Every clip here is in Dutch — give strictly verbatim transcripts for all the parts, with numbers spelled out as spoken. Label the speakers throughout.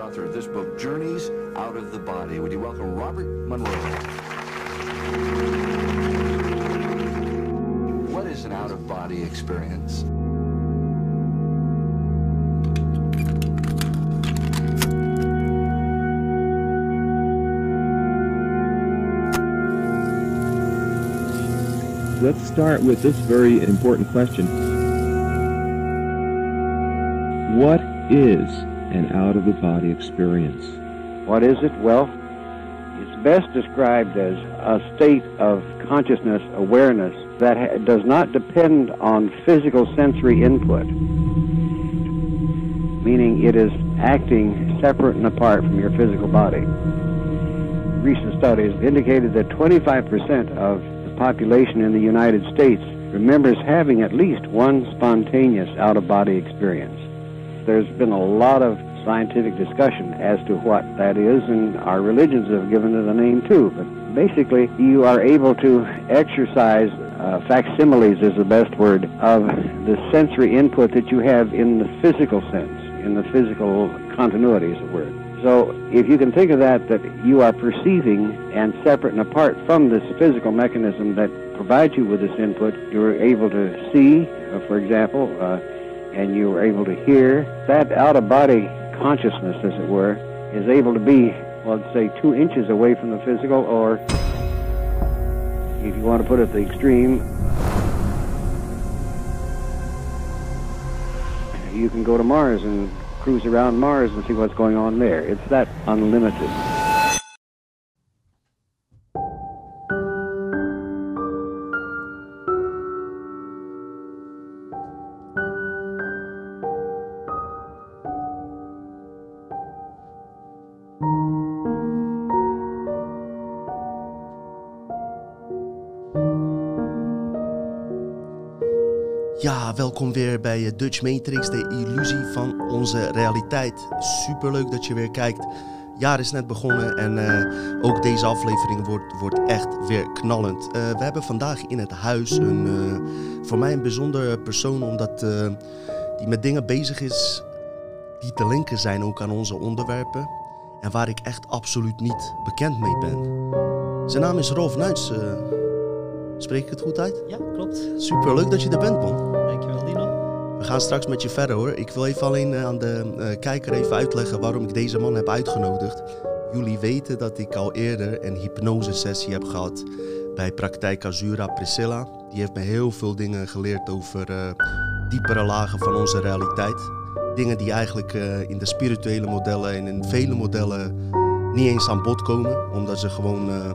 Speaker 1: author of this book, Journeys Out of the Body. Would you welcome Robert Monroe? What is an out-of-body experience?
Speaker 2: Let's start with this very important question. What is an out-of-the-body experience?
Speaker 3: What is it? Well, it's best described as a state of consciousness, awareness, that ha- does not depend on physical sensory input, meaning it is acting separate and apart from your physical body. Recent studies indicated that twenty-five percent of population in the United States remembers having at least one spontaneous out-of-body experience. There's been a lot of scientific discussion as to what that is, and our religions have given it a name too. But basically, you are able to exercise uh, facsimiles is the best word of the sensory input that you have in the physical sense, in the physical continuity, as it were. So if you can think of that, that you are perceiving and separate and apart from this physical mechanism that provides you with this input, you're able to see, uh, for example, uh, and you are able to hear. That out-of-body consciousness, as it were, is able to be, well, let's say, two inches away from the physical, or if you want to put it at the extreme, you can go to Mars and cruise around Mars and see what's going on there. It's that unlimited.
Speaker 4: Ja, welkom weer bij Dutch Matrix, de illusie van onze realiteit. Superleuk dat je weer kijkt. Het jaar is net begonnen en uh, ook deze aflevering wordt, wordt echt weer knallend. Uh, we hebben vandaag in het huis een, uh, voor mij een bijzondere persoon, omdat uh, die met dingen bezig is die te linken zijn ook aan onze onderwerpen. En waar ik echt absoluut niet bekend mee ben. Zijn naam is Rolf Nuits. Uh, spreek ik het goed uit?
Speaker 5: Ja, klopt.
Speaker 4: Superleuk dat je er bent, man.
Speaker 5: Dankjewel, Dino.
Speaker 4: We gaan straks met je verder, hoor. Ik wil even alleen uh, aan de uh, kijker even uitleggen waarom ik deze man heb uitgenodigd. Jullie weten dat ik al eerder een hypnosesessie heb gehad bij Praktijk Azura Priscilla. Die heeft me heel veel dingen geleerd over uh, diepere lagen van onze realiteit. Dingen die eigenlijk uh, in de spirituele modellen en in vele modellen niet eens aan bod komen. Omdat ze gewoon uh,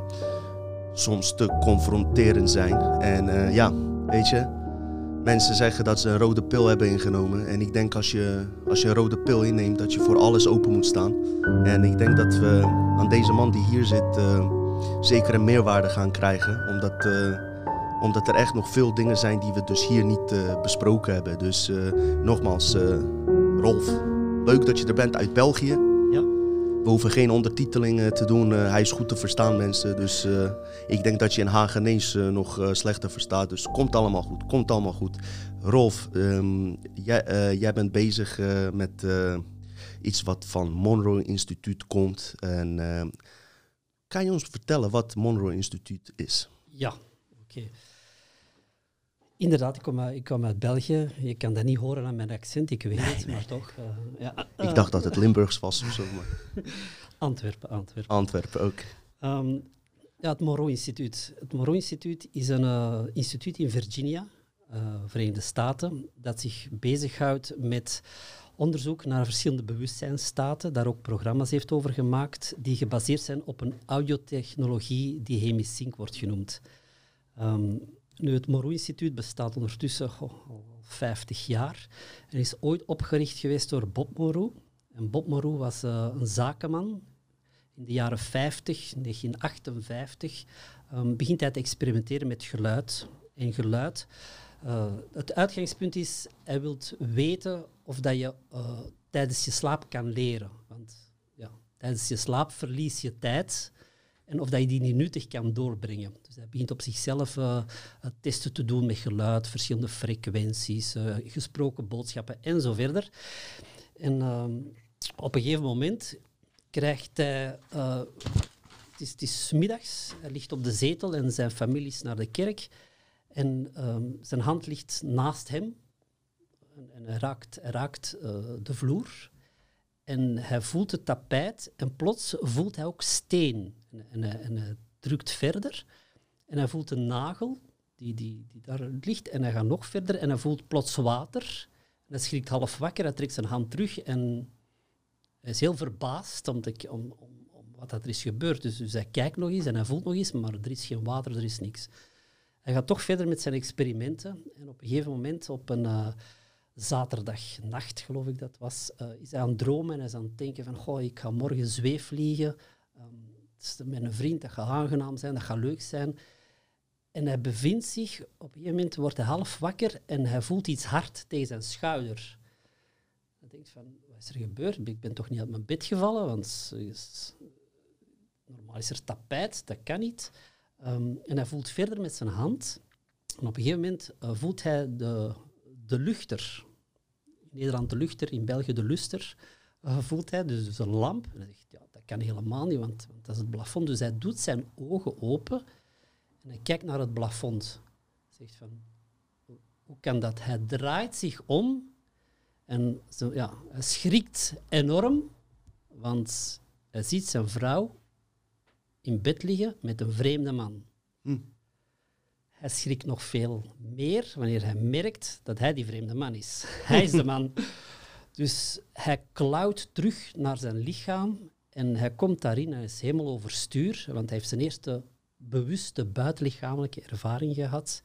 Speaker 4: soms te confronterend zijn. En uh, ja, weet je, mensen zeggen dat ze een rode pil hebben ingenomen. En ik denk als je, als je een rode pil inneemt, dat je voor alles open moet staan. En ik denk dat we aan deze man die hier zit uh, zeker een meerwaarde gaan krijgen. Omdat, uh, omdat er echt nog veel dingen zijn die we dus hier niet uh, besproken hebben. Dus uh, nogmaals, uh, Rolf, leuk dat je er bent uit België.
Speaker 5: Ja.
Speaker 4: We hoeven geen ondertiteling te doen. Uh, hij is goed te verstaan, mensen. Dus uh, ik denk dat je in Hagenees uh, nog uh, slechter verstaat. Dus komt allemaal goed. Komt allemaal goed. Rolf, um, jij, uh, jij bent bezig uh, met uh, iets wat van Monroe Instituut komt. En uh, kan je ons vertellen wat Monroe Instituut is?
Speaker 5: Ja, oké. Okay. Inderdaad, ik kom, uit, ik kom uit België. Je kan dat niet horen aan mijn accent, ik weet het, nee, maar nee. toch. Uh, ja. uh,
Speaker 4: ik dacht dat het Limburgs was of zo. Maar.
Speaker 5: Antwerpen, Antwerpen.
Speaker 4: Antwerpen ook.
Speaker 5: Um, ja, het Monroe Instituut. Het Monroe Instituut is een uh, instituut in Virginia, uh, Verenigde Staten, dat zich bezighoudt met onderzoek naar verschillende bewustzijnsstaten, daar ook programma's heeft over gemaakt, die gebaseerd zijn op een audiotechnologie die Hemisync wordt genoemd. Um, Nu, het Monroe Instituut bestaat ondertussen oh, al vijftig jaar. Er is ooit opgericht geweest door Bob Monroe. En Bob Monroe was uh, een zakenman. In de jaren vijftig, negentien achtenvijftig, um, begint hij te experimenteren met geluid. En geluid, uh, het uitgangspunt is, hij wil weten of dat je uh, tijdens je slaap kan leren. Want ja, tijdens je slaap verlies je tijd. En of dat je die niet nuttig kan doorbrengen. Dus hij begint op zichzelf uh, testen te doen met geluid, verschillende frequenties, uh, gesproken boodschappen en zo verder. En uh, op een gegeven moment krijgt hij... Uh, het, is, het is 's middags, hij ligt op de zetel en zijn familie is naar de kerk. En um, zijn hand ligt naast hem. En, en hij raakt, hij raakt uh, de vloer. En hij voelt het tapijt. En plots voelt hij ook steen. En, en, hij, en hij drukt verder. En hij voelt een nagel die, die, die daar ligt. En hij gaat nog verder. En hij voelt plots water. En hij schrikt half wakker. Hij trekt zijn hand terug. En hij is heel verbaasd om, te, om, om, om wat er is gebeurd. Dus, dus hij kijkt nog eens en hij voelt nog eens. Maar er is geen water, er is niks. Hij gaat toch verder met zijn experimenten. En op een gegeven moment, op een uh, zaterdagnacht, geloof ik dat was, uh, is hij aan het dromen en hij is aan het denken van, goh, ik ga morgen zweefvliegen. Um, met een vriend, dat gaat aangenaam zijn, dat gaat leuk zijn. En hij bevindt zich, op een gegeven moment wordt hij half wakker en hij voelt iets hard tegen zijn schouder. Hij denkt van, wat is er gebeurd? Ik ben toch niet uit mijn bed gevallen, want is, normaal is er tapijt, dat kan niet. Um, en hij voelt verder met zijn hand. En op een gegeven moment uh, voelt hij de, de luchter. In Nederland de luchter, in België de luster. Uh, voelt hij, dus, dus een lamp. En hij zegt, ja, dat kan helemaal niet, want, want dat is het plafond. Dus hij doet zijn ogen open en hij kijkt naar het plafond. Hij zegt van, hoe kan dat? Hij draait zich om en zo, ja, hij schrikt enorm, want hij ziet zijn vrouw in bed liggen met een vreemde man. Hm. Hij schrikt nog veel meer wanneer hij merkt dat hij die vreemde man is. Hij is de man. Dus hij klauwt terug naar zijn lichaam en hij komt daarin. Hij is helemaal overstuur, want hij heeft zijn eerste bewuste buitenlichamelijke ervaring gehad.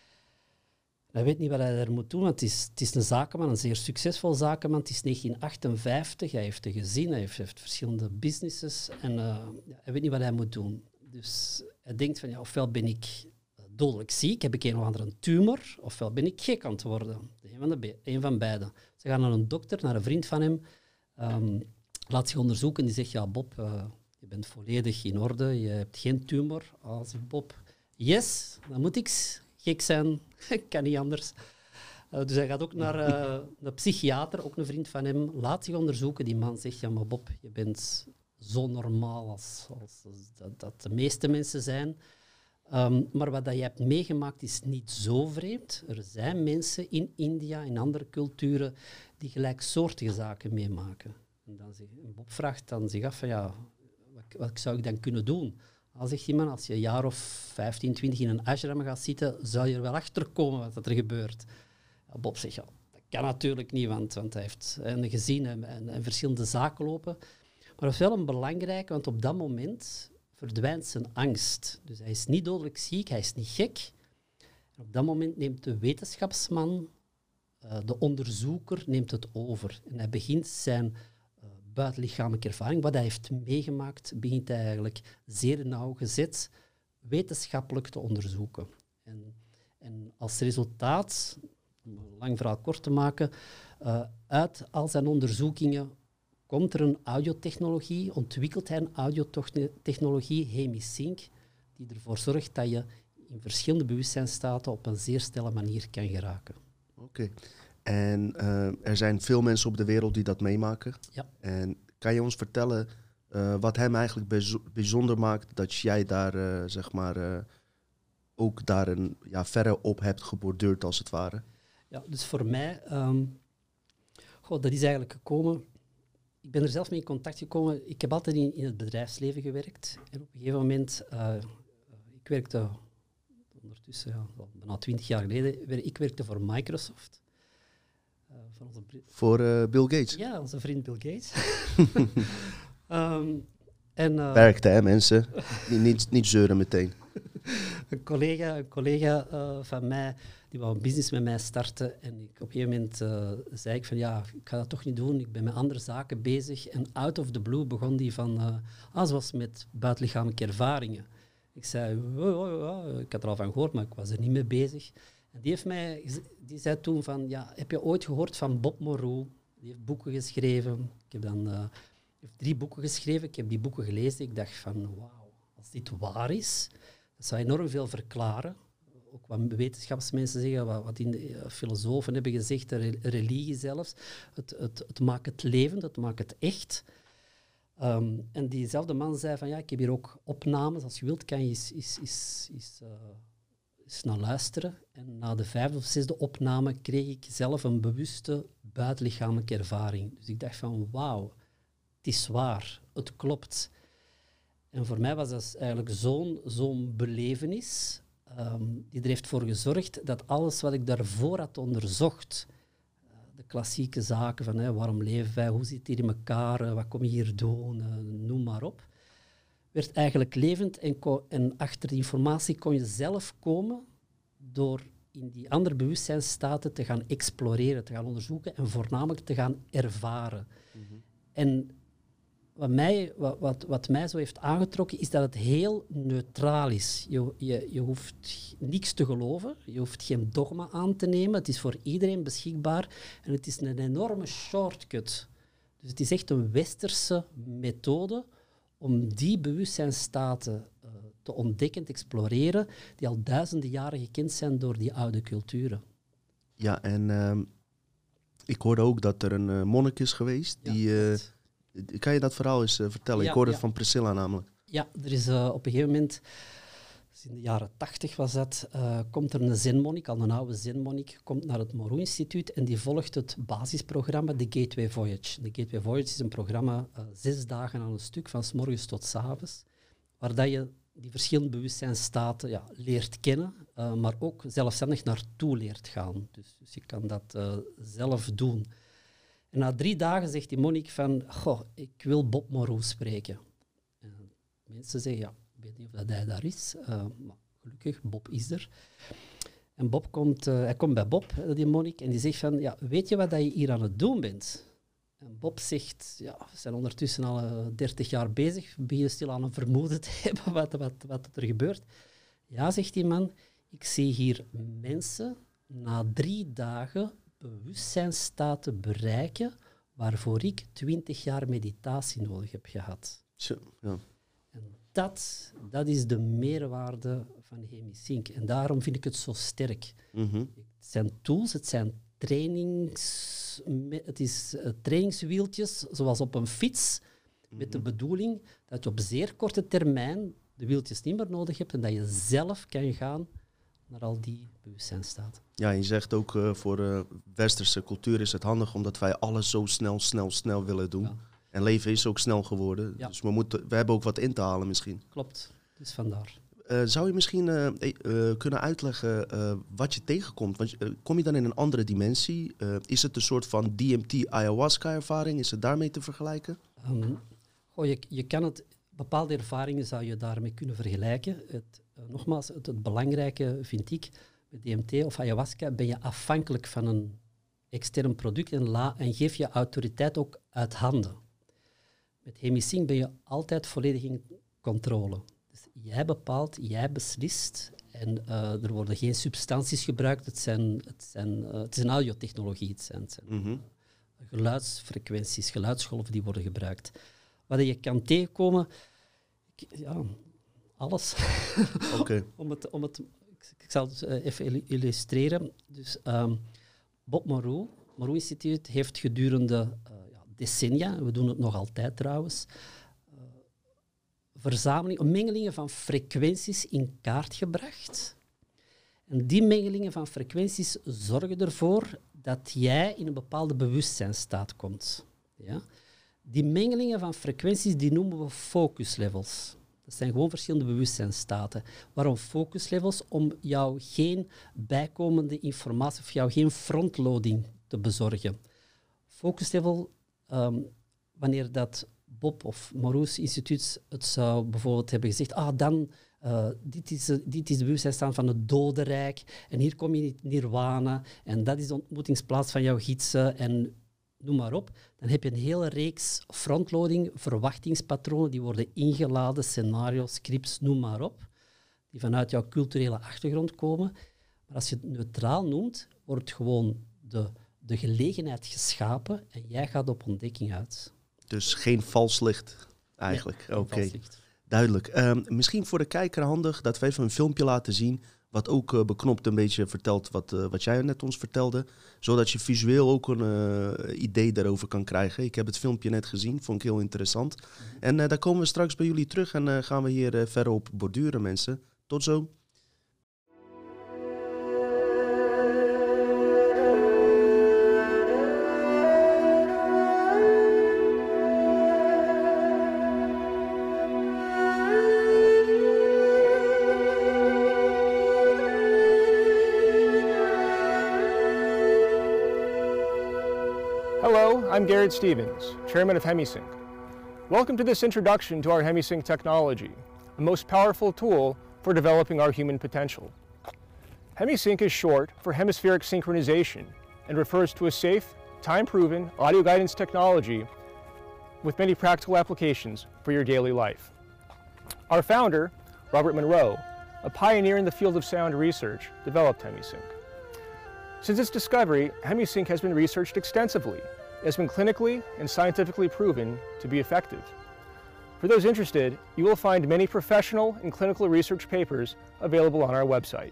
Speaker 5: Hij weet niet wat hij er moet doen, want het is, het is een zakenman, een zeer succesvol zakenman. Het is negentien achtenvijftig, hij heeft een gezin, hij heeft, heeft verschillende businesses en uh, ja, hij weet niet wat hij moet doen. Dus hij denkt van, ja, ofwel ben ik dodelijk ziek, heb ik een of andere tumor, ofwel ben ik gek aan het worden. Een van, de be- een van beide. Ze gaan naar een dokter, naar een vriend van hem, um, laat zich onderzoeken, die zegt, ja Bob, uh, je bent volledig in orde, je hebt geen tumor. Als zegt Bob, yes, dan moet ik gek zijn, kan niet anders. Uh, dus hij gaat ook naar uh, een psychiater, ook een vriend van hem, laat zich onderzoeken. Die man zegt, ja maar Bob, je bent zo normaal als, als, als dat, dat de meeste mensen zijn. Um, maar wat dat je hebt meegemaakt is niet zo vreemd. Er zijn mensen in India, in andere culturen, die gelijksoortige zaken meemaken. En dan zeg, en Bob vraagt dan zich af van, ja, wat, wat zou ik dan kunnen doen? Al zegt die man, als je een jaar of vijftien, twintig in een ashram gaat zitten, zou je er wel achter komen wat er gebeurt. Ja, Bob zegt, ja, dat kan natuurlijk niet, want, want hij heeft een gezin en, en, en verschillende zaken lopen. Maar dat is wel een belangrijke, want op dat moment verdwijnt zijn angst. Dus hij is niet dodelijk ziek, hij is niet gek. En op dat moment neemt de wetenschapsman, uh, de onderzoeker, neemt het over. En hij begint zijn uh, buitenlichamelijke ervaring, wat hij heeft meegemaakt, begint hij eigenlijk zeer nauwgezet wetenschappelijk te onderzoeken. En, en als resultaat, om een lang verhaal kort te maken, uh, uit al zijn onderzoekingen komt er een audiotechnologie, ontwikkelt hij een audiotechnologie, Hemisync, die ervoor zorgt dat je in verschillende bewustzijnsstaten op een zeer snelle manier kan geraken.
Speaker 4: Oké. Okay. En uh, er zijn veel mensen op de wereld die dat meemaken.
Speaker 5: Ja.
Speaker 4: En kan je ons vertellen uh, wat hem eigenlijk bijzo- bijzonder maakt dat jij daar, uh, zeg maar, uh, ook daar een, ja, verre op hebt geborduurd, als het ware?
Speaker 5: Ja, dus voor mij, um, goh, dat is eigenlijk gekomen. Ik ben er zelf mee in contact gekomen. Ik heb altijd in, in het bedrijfsleven gewerkt. En op een gegeven moment, uh, ik werkte ondertussen, ja, al bijna twintig jaar geleden, ik werkte voor Microsoft. Uh, voor onze br-
Speaker 4: voor uh, Bill Gates?
Speaker 5: Ja, onze vriend Bill Gates. um, en, uh,
Speaker 4: Werkte, hè, mensen? niet, niet, niet zeuren meteen.
Speaker 5: een collega, een collega uh, van mij, die wou een business met mij starten. En ik, op een gegeven moment uh, zei ik van, ja, ik ga dat toch niet doen. Ik ben met andere zaken bezig. En out of the blue begon die van, uh, ah, zoals met buitenlichamelijke ervaringen. Ik zei, oh, oh, oh, ik had er al van gehoord, maar ik was er niet mee bezig. En die, heeft mij, die zei toen van, ja, heb je ooit gehoord van Bob Moreau? Die heeft boeken geschreven. Ik heb dan uh, heeft drie boeken geschreven. Ik heb die boeken gelezen. Ik dacht van, wauw, als dit waar is, dat zou enorm veel verklaren ook wat wetenschapsmensen zeggen, wat, wat in de, uh, filosofen hebben gezegd, de re- religie zelfs. Het, het, het maakt het levend, het maakt het echt. Um, en diezelfde man zei van ja, ik heb hier ook opnames, als je wilt kan je eens, eens, eens, eens, uh, eens naar luisteren. En na de vijfde of zesde opname kreeg ik zelf een bewuste buitenlichamelijke ervaring. Dus ik dacht van wauw, het is waar, het klopt. En voor mij was dat eigenlijk zo'n, zo'n belevenis, um, die er heeft voor gezorgd dat alles wat ik daarvoor had onderzocht, uh, de klassieke zaken van hè, waarom leven wij, hoe zit het hier in elkaar, uh, wat kom je hier doen, uh, noem maar op, werd eigenlijk levend en, ko- en achter die informatie kon je zelf komen door in die andere bewustzijnsstaten te gaan exploreren, te gaan onderzoeken en voornamelijk te gaan ervaren. Mm-hmm. En Wat mij, wat, wat, wat mij zo heeft aangetrokken, is dat het heel neutraal is. Je, je, je hoeft niks te geloven, je hoeft geen dogma aan te nemen. Het is voor iedereen beschikbaar en het is een enorme shortcut. Dus het is echt een westerse methode om die bewustzijnsstaten uh, te ontdekken, te exploreren, die al duizenden jaren gekend zijn door die oude culturen.
Speaker 4: Ja, en uh, ik hoorde ook dat er een uh, monnik is geweest
Speaker 5: Ja,
Speaker 4: die... Uh, Kan je dat verhaal eens uh, vertellen?
Speaker 5: Ja,
Speaker 4: ik hoorde
Speaker 5: ja.
Speaker 4: het van Priscilla namelijk.
Speaker 5: Ja, er is uh, op een gegeven moment, dus in de jaren tachtig was dat, uh, komt er een zenmonnik, al een oude zenmonnik, komt naar het Moreau Instituut en die volgt het basisprogramma, de Gateway Voyage. De Gateway Voyage is een programma, uh, zes dagen aan een stuk, van 's morgens tot 's avonds, waar dat je die verschillende bewustzijnsstaten ja, leert kennen, uh, maar ook zelfstandig naartoe leert gaan. Dus, dus je kan dat uh, zelf doen. En na drie dagen zegt die monnik van, goh, ik wil Bob Moreau spreken. En mensen zeggen, ja, ik weet niet of dat hij daar is, uh, maar gelukkig, Bob is er. En Bob komt, uh, hij komt bij Bob, die monnik, en die zegt van, ja, weet je wat dat je hier aan het doen bent? En Bob zegt, ja, we zijn ondertussen al uh, dertig jaar bezig, we beginnen stil aan een vermoeden te hebben wat, wat, wat er gebeurt. Ja, zegt die man, ik zie hier mensen na drie dagen bewustzijnsstaten bereiken waarvoor ik twintig jaar meditatie nodig heb gehad.
Speaker 4: Zo, ja.
Speaker 5: En dat, dat is de meerwaarde van Chemisync. En daarom vind ik het zo sterk.
Speaker 4: Mm-hmm.
Speaker 5: Het zijn tools, het zijn trainings, het is uh, trainingswieltjes, zoals op een fiets, mm-hmm. met de bedoeling dat je op zeer korte termijn de wieltjes niet meer nodig hebt en dat je zelf kan gaan naar al die bewustzijnsstaten.
Speaker 4: Ja, je zegt ook uh, voor uh, westerse cultuur is het handig omdat wij alles zo snel, snel, snel willen doen. Ja. En leven is ook snel geworden. Ja. Dus we, moeten, we hebben ook wat in te halen misschien.
Speaker 5: Klopt, dus vandaar.
Speaker 4: Uh, zou je misschien uh, uh, kunnen uitleggen uh, wat je tegenkomt? Want uh, kom je dan in een andere dimensie? Uh, is het een soort van D M T-ayahuasca-ervaring? Is het daarmee te vergelijken?
Speaker 5: Um, goh, je, je kan het, bepaalde ervaringen zou je daarmee kunnen vergelijken. Het, uh, nogmaals, het, het belangrijke vind ik, met D M T of ayahuasca ben je afhankelijk van een extern product en, la, en geef je autoriteit ook uit handen. Met Chemisync ben je altijd volledig in controle. Dus jij bepaalt, jij beslist en uh, er worden geen substanties gebruikt. Het, zijn, het, zijn, uh, het is een audiotechnologie, het zijn, het zijn mm-hmm. geluidsfrequenties, geluidsgolven die worden gebruikt. Wat je kan tegenkomen, ik, ja, alles.
Speaker 4: Okay.
Speaker 5: om het, om het, ik, ik zal het uh, even illustreren. Dus, um, Bob Moreau, Moreau Instituut, heeft gedurende uh, ja, decennia, we doen het nog altijd trouwens, uh, verzameling, mengelingen van frequenties in kaart gebracht. En die mengelingen van frequenties zorgen ervoor dat jij in een bepaalde bewustzijnsstaat komt. Ja? Die mengelingen van frequenties die noemen we focus levels. Dat zijn gewoon verschillende bewustzijnsstaten. Waarom focus levels? Om jou geen bijkomende informatie of jou geen frontloading te bezorgen. Focus level, um, wanneer dat Bob of Moreau's Instituut het zou bijvoorbeeld hebben gezegd, ah, dan, uh, dit, is, uh, dit is de bewustzijnsstaat van het dodenrijk en hier kom je in nirwana en dat is de ontmoetingsplaats van jouw gidsen en noem maar op, dan heb je een hele reeks frontloading, verwachtingspatronen, die worden ingeladen, scenario's, scripts, noem maar op, die vanuit jouw culturele achtergrond komen. Maar als je het neutraal noemt, wordt gewoon de, de gelegenheid geschapen en jij gaat op ontdekking uit.
Speaker 4: Dus geen vals licht, eigenlijk.
Speaker 5: Nee,
Speaker 4: Oké, okay. Duidelijk. Um, misschien voor de kijker handig dat we even een filmpje laten zien wat ook uh, beknopt een beetje vertelt wat, uh, wat jij net ons vertelde. Zodat je visueel ook een uh, idee daarover kan krijgen. Ik heb het filmpje net gezien, vond ik heel interessant. En uh, daar komen we straks bij jullie terug en uh, gaan we hier uh, verder op borduren, mensen. Tot zo.
Speaker 6: Hello, I'm Garrett Stevens, Chairman of HemiSync. Welcome to this introduction to our HemiSync technology, the most powerful tool for developing our human potential. HemiSync is short for hemispheric synchronization and refers to a safe, time-proven audio guidance technology with many practical applications for your daily life. Our founder, Robert Monroe, a pioneer in the field of sound research, developed HemiSync. Since its discovery, HemiSync has been researched extensively. It has been clinically and scientifically proven to be effective. For those interested, you will find many professional and clinical research papers available on our website.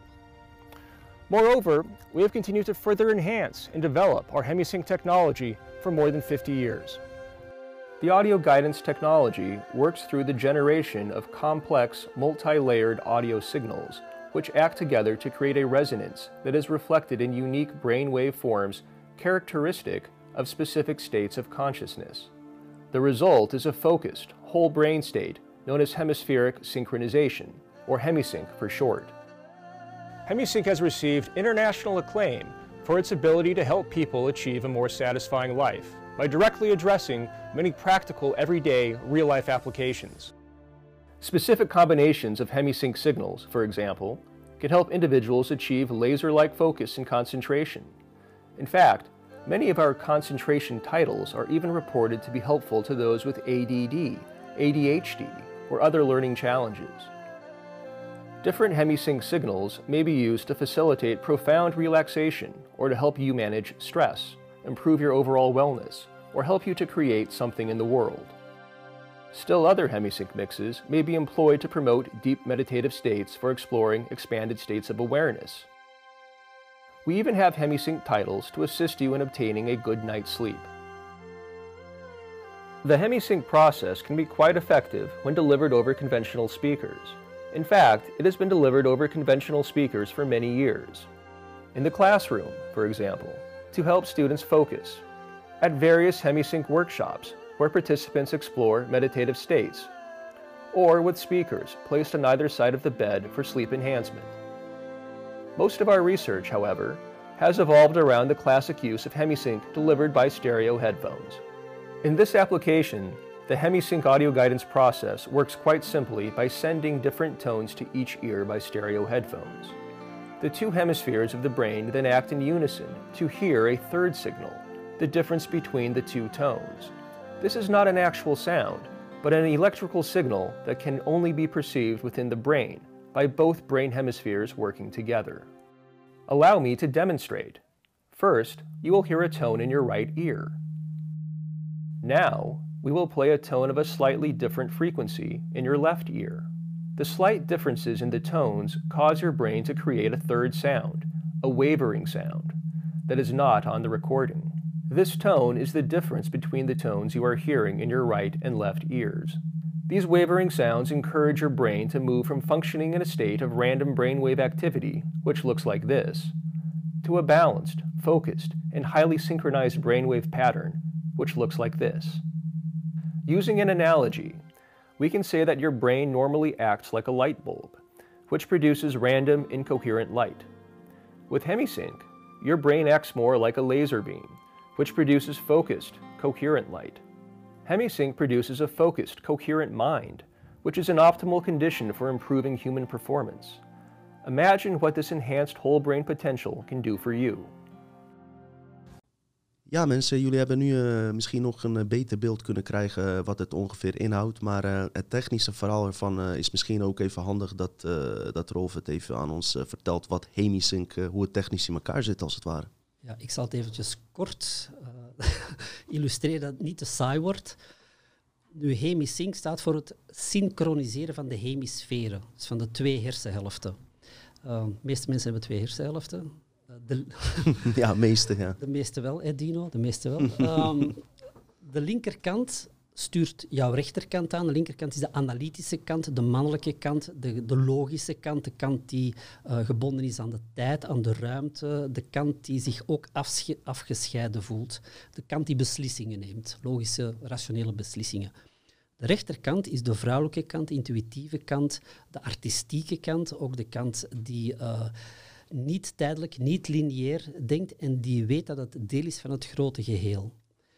Speaker 6: Moreover, we have continued to further enhance and develop our HemiSync technology for more than fifty years. The audio guidance technology works through the generation of complex, multi-layered audio signals which act together to create a resonance that is reflected in unique brainwave forms characteristic of specific states of consciousness. The result is a focused, whole brain state known as hemispheric synchronization, or HemiSync for short. HemiSync has received international acclaim for its ability to help people achieve a more satisfying life by directly addressing many practical, everyday, real-life applications. Specific combinations of HemiSync signals, for example, can help individuals achieve laser-like focus and concentration. In fact, many of our concentration titles are even reported to be helpful to those with A D D, A D H D, or other learning challenges. Different HemiSync signals may be used to facilitate profound relaxation or to help you manage stress, improve your overall wellness, or help you to create something in the world. Still other HemiSync mixes may be employed to promote deep meditative states for exploring expanded states of awareness. We even have HemiSync titles to assist you in obtaining a good night's sleep. The HemiSync process can be quite effective when delivered over conventional speakers. In fact, it has been delivered over conventional speakers for many years. In the classroom, for example, to help students focus. At various HemiSync workshops, where participants explore meditative states, or with speakers placed on either side of the bed for sleep enhancement. Most of our research, however, has evolved around the classic use of HemiSync delivered by stereo headphones. In this application, the HemiSync audio guidance process works quite simply by sending different tones to each ear by stereo headphones. The two hemispheres of the brain then act in unison to hear a third signal, the difference between the two tones. This is not an actual sound, but an electrical signal that can only be perceived within the brain by both brain hemispheres working together. Allow me to demonstrate. First, you will hear a tone in your right ear. Now, we will play a tone of a slightly different frequency in your left ear. The slight differences in the tones cause your brain to create a third sound, a wavering sound, that is not on the recording. This tone is the difference between the tones you are hearing in your right and left ears. These wavering sounds encourage your brain to move from functioning in a state of random brainwave activity, which looks like this, to a balanced, focused, and highly synchronized brainwave pattern, which looks like this. Using an analogy, we can say that your brain normally acts like a light bulb, which produces random, incoherent light. With HemiSync, your brain acts more like a laser beam, which produces focused, coherent light. HemiSync produces a focused, coherent mind, which is an optimal condition for improving human performance. Imagine what this enhanced whole brain potential can do for you.
Speaker 4: Ja mensen, jullie hebben nu uh, misschien nog een uh, beter beeld kunnen krijgen uh, wat het ongeveer inhoudt. Maar uh, het technische verhaal ervan uh, is misschien ook even handig dat, uh, dat Rolf het even aan ons uh, vertelt wat HemiSync, uh, hoe het technisch in elkaar zit als het ware.
Speaker 5: Ja, ik zal het eventjes kort uh, illustreren dat het niet te saai wordt. Nu, HemiSync staat voor het synchroniseren van de hemisferen, dus van de twee hersenhelften. Uh, de meeste mensen hebben twee hersenhelften. Uh, de,
Speaker 4: ja, meeste, ja.
Speaker 5: De meeste wel, hè, Dino, de meeste wel. Um, de linkerkant stuurt jouw rechterkant aan. De linkerkant is de analytische kant, de mannelijke kant, de, de logische kant, de kant die uh, gebonden is aan de tijd, aan de ruimte, de kant die zich ook afsche- afgescheiden voelt, de kant die beslissingen neemt, logische, rationele beslissingen. De rechterkant is de vrouwelijke kant, de intuïtieve kant, de artistieke kant, ook de kant die uh, niet tijdelijk, niet lineair denkt en die weet dat het deel is van het grote geheel.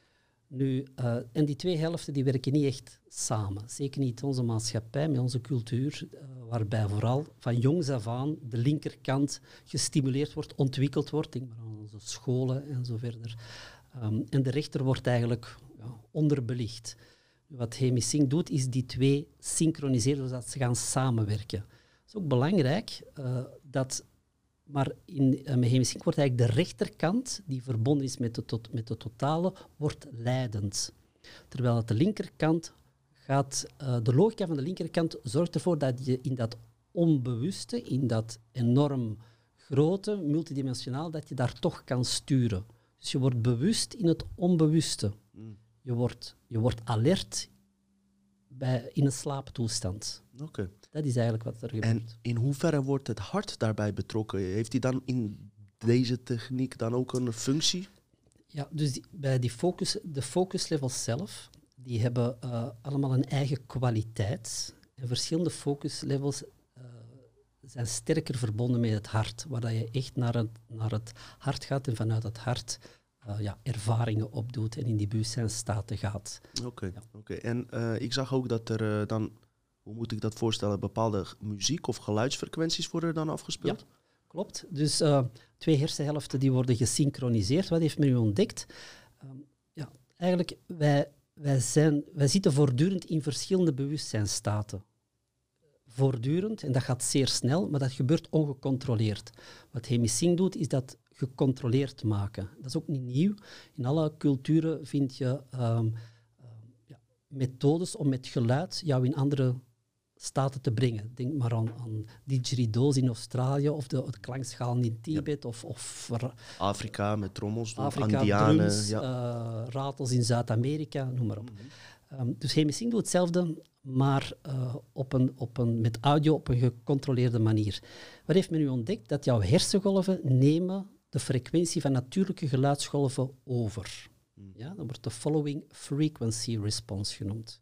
Speaker 5: Nu, uh, en die twee helften die werken niet echt samen. Zeker niet onze maatschappij, met onze cultuur, uh, waarbij vooral van jongs af aan de linkerkant gestimuleerd wordt, ontwikkeld wordt. Denk maar aan onze scholen en zo verder. Um, en de rechter wordt eigenlijk ja, onderbelicht. Wat Hemisync doet, is die twee synchroniseren, zodat ze gaan samenwerken. Het is ook belangrijk uh, dat... Maar in, uh, met Hemisync wordt eigenlijk de rechterkant, die verbonden is met de, tot, met de totale, wordt leidend. Terwijl het de linkerkant gaat... Uh, de logica van de linkerkant zorgt ervoor dat je in dat onbewuste, in dat enorm grote, multidimensionaal, dat je daar toch kan sturen. Dus je wordt bewust in het onbewuste.
Speaker 4: Mm.
Speaker 5: Je wordt, je wordt alert bij, in een slaaptoestand.
Speaker 4: Oké. Okay.
Speaker 5: Dat is eigenlijk wat er gebeurt.
Speaker 4: En in hoeverre wordt het hart daarbij betrokken? Heeft hij dan in deze techniek dan ook een functie?
Speaker 5: Ja, dus die, bij die focus, de focuslevels zelf, die hebben uh, allemaal een eigen kwaliteit. En verschillende focuslevels uh, zijn sterker verbonden met het hart, waar dat je echt naar het, naar het hart gaat en vanuit het hart uh, ja, ervaringen opdoet en in die bewustzijnsstaten gaat.
Speaker 4: Oké, okay,
Speaker 5: ja.
Speaker 4: okay. En uh, ik zag ook dat er uh, dan... Hoe moet ik dat voorstellen? Bepaalde muziek- of geluidsfrequenties worden dan afgespeeld?
Speaker 5: Ja, klopt. Dus uh, twee hersenhelften die worden gesynchroniseerd. Wat heeft men nu ontdekt? Um, ja, eigenlijk, wij, wij, zijn, wij zitten voortdurend in verschillende bewustzijnsstaten. Voortdurend, en dat gaat zeer snel, maar dat gebeurt ongecontroleerd. Wat Hemisync doet, is dat gecontroleerd maken. Dat is ook niet nieuw. In alle culturen vind je um, uh, ja, methodes om met geluid jou in andere staten te brengen. Denk maar aan, aan didgerido's in Australië of de, de klankschalen in Tibet. Ja. Of, of
Speaker 4: Afrika met trommels,
Speaker 5: Afrika,
Speaker 4: Andianen.
Speaker 5: Drums,
Speaker 4: ja.
Speaker 5: uh, ratels in Zuid-Amerika, noem maar op. Mm-hmm. Um, dus Hemisync doet hetzelfde, maar uh, op een, op een, met audio op een gecontroleerde manier. Wat heeft men nu ontdekt? Dat jouw hersengolven nemen de frequentie van natuurlijke geluidsgolven over. Mm. Ja, dat wordt de following frequency response genoemd.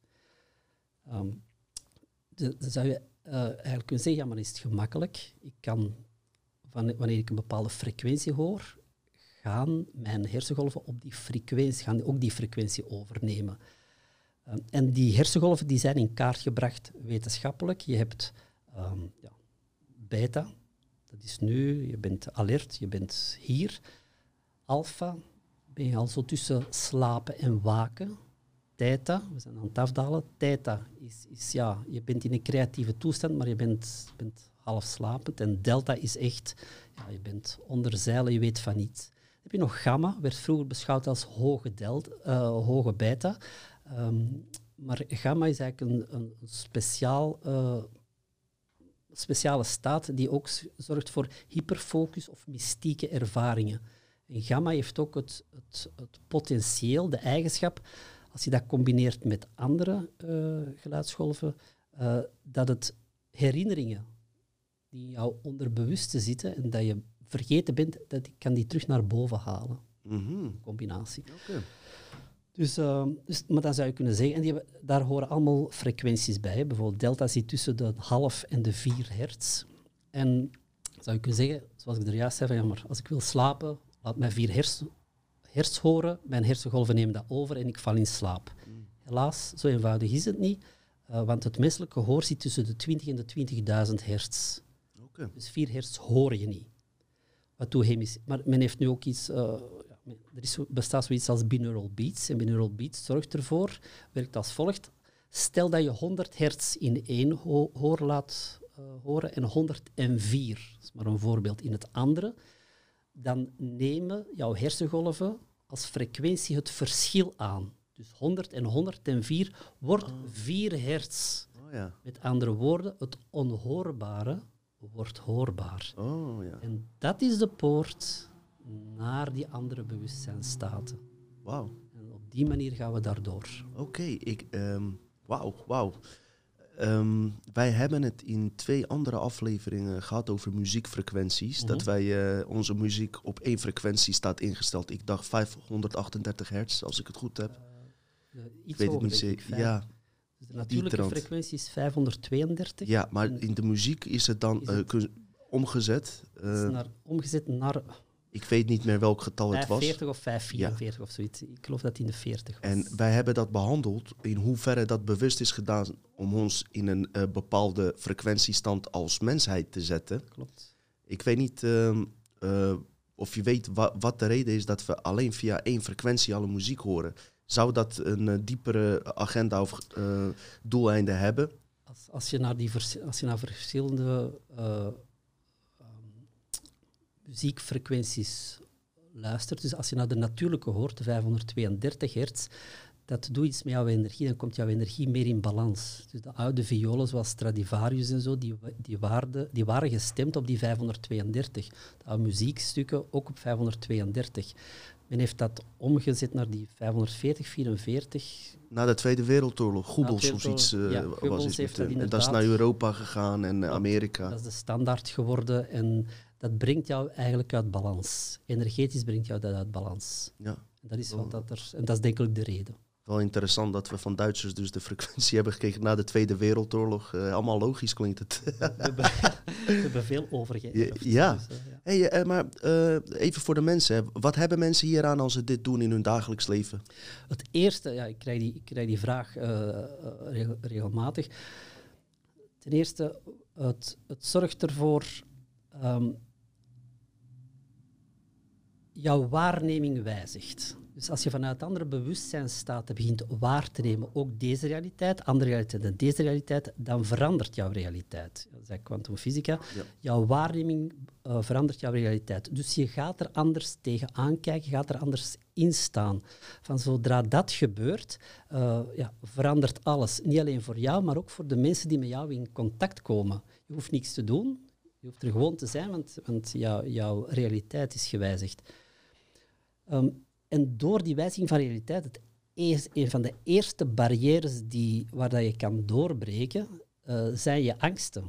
Speaker 5: Um, de, dan zou je uh, eigenlijk kunnen zeggen, ja, maar is het gemakkelijk? Ik kan, van, wanneer ik een bepaalde frequentie hoor, gaan mijn hersengolven op die frequentie, gaan ook die frequentie overnemen. Um, en die hersengolven die zijn in kaart gebracht wetenschappelijk. Je hebt um, ja, beta, dat is nu, je bent alert, je bent hier. Alpha, ben je al zo tussen slapen en waken. Theta, we zijn aan het afdalen. Theta is, is ja, je bent in een creatieve toestand, maar je bent, bent half slapend. En delta is echt, ja, je bent onder zeilen, je weet van niets. Dan heb je nog gamma, werd vroeger beschouwd als hoge, delta, uh, hoge beta. Um, maar gamma is eigenlijk een, een speciaal, uh, speciale staat die ook zorgt voor hyperfocus of mystieke ervaringen. En gamma heeft ook het, het, het potentieel, de eigenschap, als je dat combineert met andere uh, geluidsgolven, uh, dat het herinneringen die in jouw onderbewuste zitten en dat je vergeten bent, dat kan die terug naar boven halen.
Speaker 4: Mm-hmm.
Speaker 5: Combinatie.
Speaker 4: Okay.
Speaker 5: Dus, uh, dus, maar dan zou je kunnen zeggen, en die hebben, daar horen allemaal frequenties bij. Hè. Bijvoorbeeld delta zit tussen de half en de vier hertz. En zou je kunnen zeggen, zoals ik er juist zei, van, ja, maar als ik wil slapen, laat mij vier hertz, hertz horen, mijn hersengolven nemen dat over en ik val in slaap. Mm. Helaas, zo eenvoudig is het niet, uh, want het menselijke gehoor zit tussen de twintig en de twintigduizend hertz.
Speaker 4: Okay.
Speaker 5: Dus vier hertz hoor je niet. Wat doe chemis? Maar men heeft nu ook iets... Uh, Er is, bestaat zoiets als binaural beats. En binaural beats zorgt ervoor, werkt als volgt. Stel dat je honderd hertz in één ho- hoor laat uh, horen en honderdvier, dat is maar een voorbeeld, in het andere, dan nemen jouw hersengolven als frequentie het verschil aan. Dus honderd en honderdvier wordt oh. vier hertz.
Speaker 4: Oh, ja.
Speaker 5: Met andere woorden, het onhoorbare wordt hoorbaar.
Speaker 4: Oh, ja.
Speaker 5: En dat is de poort naar die andere bewustzijnsstaten.
Speaker 4: Wauw.
Speaker 5: En op die manier gaan we daardoor.
Speaker 4: Oké, okay, ik... Um, wauw, wauw. Um, wij hebben het in twee andere afleveringen gehad over muziekfrequenties. Mm-hmm. Dat wij uh, onze muziek op één frequentie staat ingesteld. Ik dacht vijfhonderdachtendertig hertz, als ik het goed heb. Uh, uh,
Speaker 5: iets
Speaker 4: ik weet
Speaker 5: hoger,
Speaker 4: het niet zeker. Ja.
Speaker 5: Dus de natuurlijke frequentie is vijfhonderdtweeëndertig.
Speaker 4: Ja, maar in de muziek is het dan is het uh, omgezet. Uh,
Speaker 5: naar, omgezet naar...
Speaker 4: Ik weet niet meer welk getal het was.
Speaker 5: vijfenveertig of vijfhonderdvierenveertig ja. of zoiets. Ik geloof dat het in de veertig was.
Speaker 4: En wij hebben dat behandeld in hoeverre dat bewust is gedaan om ons in een uh, bepaalde frequentiestand als mensheid te zetten.
Speaker 5: Klopt.
Speaker 4: Ik weet niet uh, uh, of je weet wa- wat de reden is dat we alleen via één frequentie alle muziek horen. Zou dat een uh, diepere agenda of uh, doeleinden hebben?
Speaker 5: Als, als, je naar die vers- als je naar verschillende... Uh, muziekfrequenties luistert. Dus als je naar de natuurlijke hoort, de vijfhonderdtweeëndertig hertz, dat doet iets met jouw energie, dan komt jouw energie meer in balans. Dus de oude violen zoals Stradivarius en zo, die, die, waarde, die waren gestemd op die vijfhonderdtweeëndertig. De oude muziekstukken ook op vijfhonderdtweeëndertig. Men heeft dat omgezet naar die vijfhonderdveertig, vierenveertig.
Speaker 4: Na de Tweede Wereldoorlog, Goebbels of iets uh,
Speaker 5: ja,
Speaker 4: was het.
Speaker 5: Heeft dat,
Speaker 4: en dat is naar Europa gegaan en uh, Amerika.
Speaker 5: Dat is de standaard geworden en dat brengt jou eigenlijk uit balans. Energetisch brengt jou dat uit balans.
Speaker 4: Ja.
Speaker 5: En dat is wat dat er, en dat is denk ik de reden.
Speaker 4: Wel interessant dat we van Duitsers dus de frequentie hebben gekregen na de Tweede Wereldoorlog. Uh, allemaal logisch klinkt het.
Speaker 5: we, hebben, we hebben veel overgeërfd.
Speaker 4: Ja.
Speaker 5: Dus, uh, ja.
Speaker 4: Hey, uh, maar uh, even voor de mensen. Wat hebben mensen hieraan als ze dit doen in hun dagelijks leven?
Speaker 5: Het eerste, ja, ik krijg die, ik krijg die vraag uh, regel, regelmatig. Ten eerste, het, het zorgt ervoor... Um, jouw waarneming wijzigt. Dus als je vanuit andere bewustzijnsstaten begint waar te nemen, ook deze realiteit, andere realiteit en deze realiteit, dan verandert jouw realiteit. Dat is kwantumfysica. Ja. Jouw waarneming uh, verandert jouw realiteit. Dus je gaat er anders tegenaan kijken, je gaat er anders in staan. Van zodra dat gebeurt, uh, ja, verandert alles. Niet alleen voor jou, maar ook voor de mensen die met jou in contact komen. Je hoeft niks te doen. Je hoeft er gewoon te zijn, want, want jou, jouw realiteit is gewijzigd. Um, en door die wijziging van realiteit, het eerst, een van de eerste barrières die, waar dat je kan doorbreken, uh, zijn je angsten.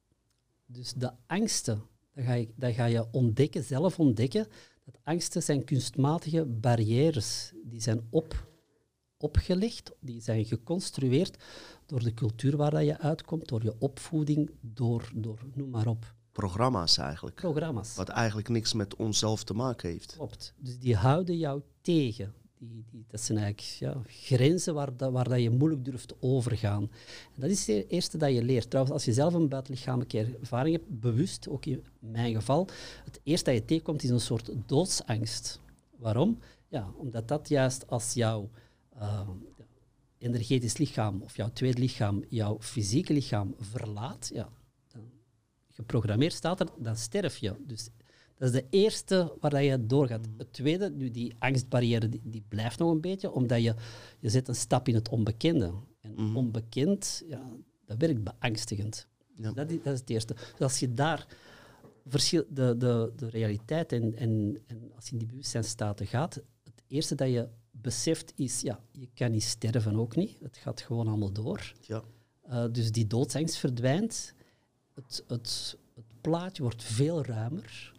Speaker 5: Dus de angsten, dat ga, je, dat ga je ontdekken, zelf ontdekken, dat angsten zijn kunstmatige barrières. Die zijn op, opgelegd, die zijn geconstrueerd door de cultuur waar dat je uitkomt, door je opvoeding, door, door noem maar op.
Speaker 4: Programma's eigenlijk.
Speaker 5: Programma's.
Speaker 4: Wat eigenlijk niks met onszelf te maken heeft.
Speaker 5: Klopt. Dus die houden jou tegen. Die, die, dat zijn eigenlijk ja, grenzen waar, dat, waar dat je moeilijk durft overgaan. En dat is het eerste dat je leert. Trouwens, als je zelf een buitenlichamelijke ervaring hebt, bewust, ook in mijn geval, het eerste dat je tegenkomt is een soort doodsangst. Waarom? Ja, omdat dat juist als jouw uh, energetisch lichaam of jouw tweede lichaam, jouw fysieke lichaam verlaat, ja, geprogrammeerd staat er, dan sterf je. Dus dat is de eerste waar je doorgaat. Het tweede, nu die angstbarrière, die, die blijft nog een beetje, omdat je, je zet een stap in het onbekende. En mm-hmm. onbekend, ja, dat werkt beangstigend. Ja. Dat, is, dat is het eerste. Dus als je daar verschil, de, de, de realiteit en, en, en als je in die bewustzijnsstaten gaat, het eerste dat je beseft is, ja, je kan niet sterven ook niet. Het gaat gewoon allemaal door.
Speaker 4: Ja.
Speaker 5: Uh, dus die doodsangst verdwijnt. Het, het, het plaatje wordt veel ruimer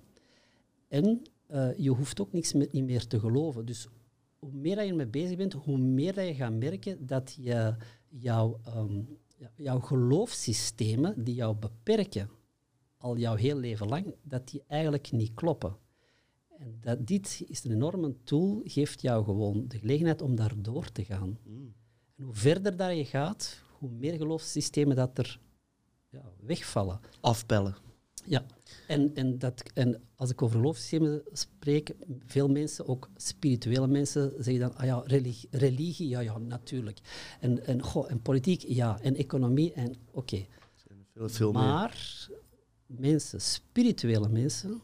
Speaker 5: en uh, je hoeft ook niks met, niet meer te geloven. Dus hoe meer dat je ermee bezig bent, hoe meer dat je gaat merken dat je, jouw, um, jouw geloofssystemen die jou beperken, al jouw heel leven lang, dat die eigenlijk niet kloppen. En dat, dit is een enorme tool, geeft jou gewoon de gelegenheid om daar door te gaan. Mm. En hoe verder dat je gaat, hoe meer geloofssystemen dat er ja, wegvallen.
Speaker 4: Afpellen.
Speaker 5: Ja, en, en, dat, en als ik over geloofssystemen spreek, veel mensen, ook spirituele mensen, zeggen dan, ah ja, religie, religie ja, ja, natuurlijk. En, en, goh, en politiek, ja, en economie, en oké. Okay. Maar meer. mensen, spirituele mensen,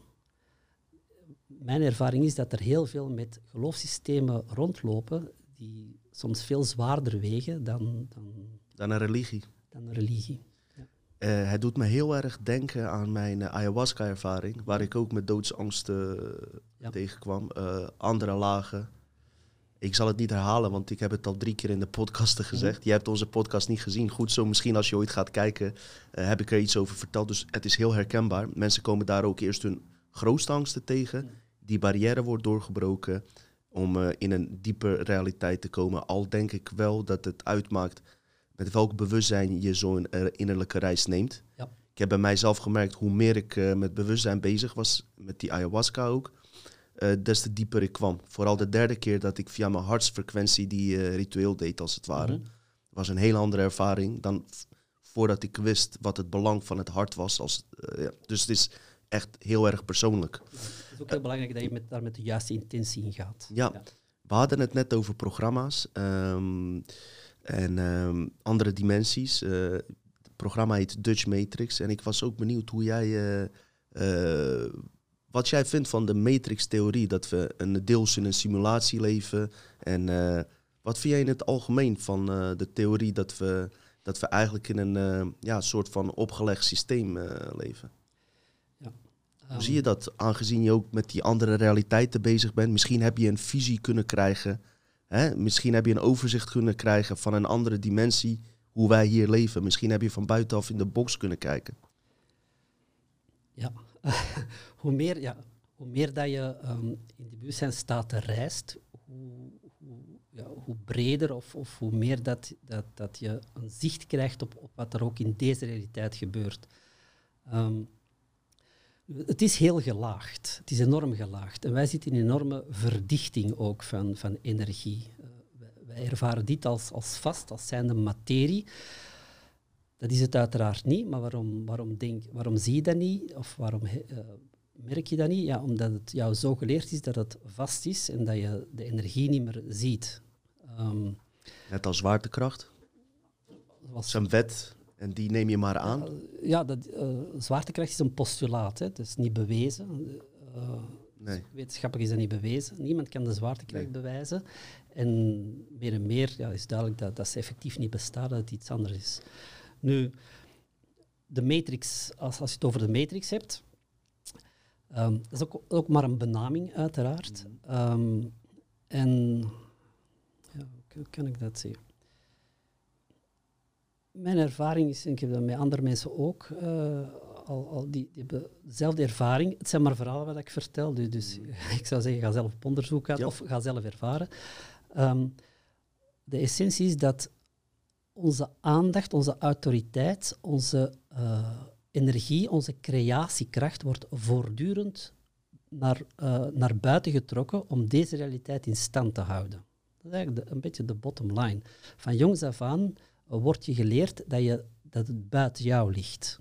Speaker 5: mijn ervaring is dat er heel veel met geloofssystemen rondlopen die soms veel zwaarder wegen dan... Dan,
Speaker 4: dan een religie.
Speaker 5: Dan een religie.
Speaker 4: Uh, het doet me heel erg denken aan mijn uh, ayahuasca-ervaring, waar ik ook met doodsangst uh, ja. tegenkwam. Uh, andere lagen. Ik zal het niet herhalen, want ik heb het al drie keer in de podcasten gezegd. Mm-hmm. Je hebt onze podcast niet gezien. Goed zo, misschien als je ooit gaat kijken, uh, heb ik er iets over verteld. Dus het is heel herkenbaar. Mensen komen daar ook eerst hun grootste angsten tegen. Mm. Die barrière wordt doorgebroken om uh, in een diepe realiteit te komen. Al denk ik wel dat het uitmaakt met welk bewustzijn je zo'n uh, innerlijke reis neemt. Ja. Ik heb bij mijzelf gemerkt, hoe meer ik uh, met bewustzijn bezig was, met die ayahuasca ook, uh, des te dieper ik kwam. Vooral de derde keer dat ik via mijn hartsfrequentie die uh, ritueel deed, als het ware. Mm-hmm. Was een heel andere ervaring dan f- voordat ik wist wat het belang van het hart was. Als, uh, ja. Dus het is echt heel erg persoonlijk.
Speaker 5: Ja, het is ook heel uh, belangrijk dat je met, daar met de juiste intentie in gaat.
Speaker 4: Ja, ja. We hadden het net over programma's. Um, En um, andere dimensies. Uh, het programma heet Dutch Matrix. En ik was ook benieuwd hoe jij, uh, uh, wat jij vindt van de Matrix-theorie. Dat we een deels in een simulatie leven. En uh, wat vind jij in het algemeen van uh, de theorie dat we, dat we eigenlijk in een uh, ja, soort van opgelegd systeem uh, leven? Ja. Um, hoe zie je dat, aangezien je ook met die andere realiteiten bezig bent? Misschien heb je een visie kunnen krijgen. Hè? Misschien heb je een overzicht kunnen krijgen van een andere dimensie, hoe wij hier leven. Misschien heb je van buitenaf in de box kunnen kijken.
Speaker 5: Ja, hoe, meer, ja hoe meer dat je um, in die bewustzijnstaten reist, hoe, hoe, ja, hoe breder of, of hoe meer dat, dat, dat je een zicht krijgt op, op wat er ook in deze realiteit gebeurt. Um, Het is heel gelaagd. Het is enorm gelaagd. En wij zitten in een enorme verdichting ook van, van energie. Uh, wij, wij ervaren dit als, als vast, als zijnde materie. Dat is het uiteraard niet, maar waarom, waarom, denk, waarom zie je dat niet? Of waarom uh, merk je dat niet? Ja, omdat het jou zo geleerd is dat het vast is en dat je de energie niet meer ziet. Um,
Speaker 4: Net als zwaartekracht? Was een wet... En die neem je maar aan?
Speaker 5: Uh, ja, dat, uh, zwaartekracht is een postulaat. Hè. Het is niet bewezen. Uh,
Speaker 4: nee.
Speaker 5: Wetenschappelijk is dat niet bewezen. Niemand kan de zwaartekracht nee. bewijzen. En meer en meer ja, is duidelijk dat, dat ze effectief niet bestaat, dat het iets anders is. Nu, de matrix, als, als je het over de matrix hebt, um, dat is ook, ook maar een benaming uiteraard. Mm-hmm. Um, en ja, hoe kan ik dat zeggen? Mijn ervaring is, en ik heb dat met andere mensen ook, uh, al, al die, die hebben dezelfde ervaring. Het zijn maar verhalen wat ik vertel, dus, dus ik zou zeggen, ga zelf op onderzoek uit ja. of ga zelf ervaren. Um, de essentie is dat onze aandacht, onze autoriteit, onze uh, energie, onze creatiekracht wordt voortdurend naar, uh, naar buiten getrokken om deze realiteit in stand te houden. Dat is eigenlijk de, een beetje de bottom line. Van jongs af aan wordt je geleerd dat, je, dat het buiten jou ligt.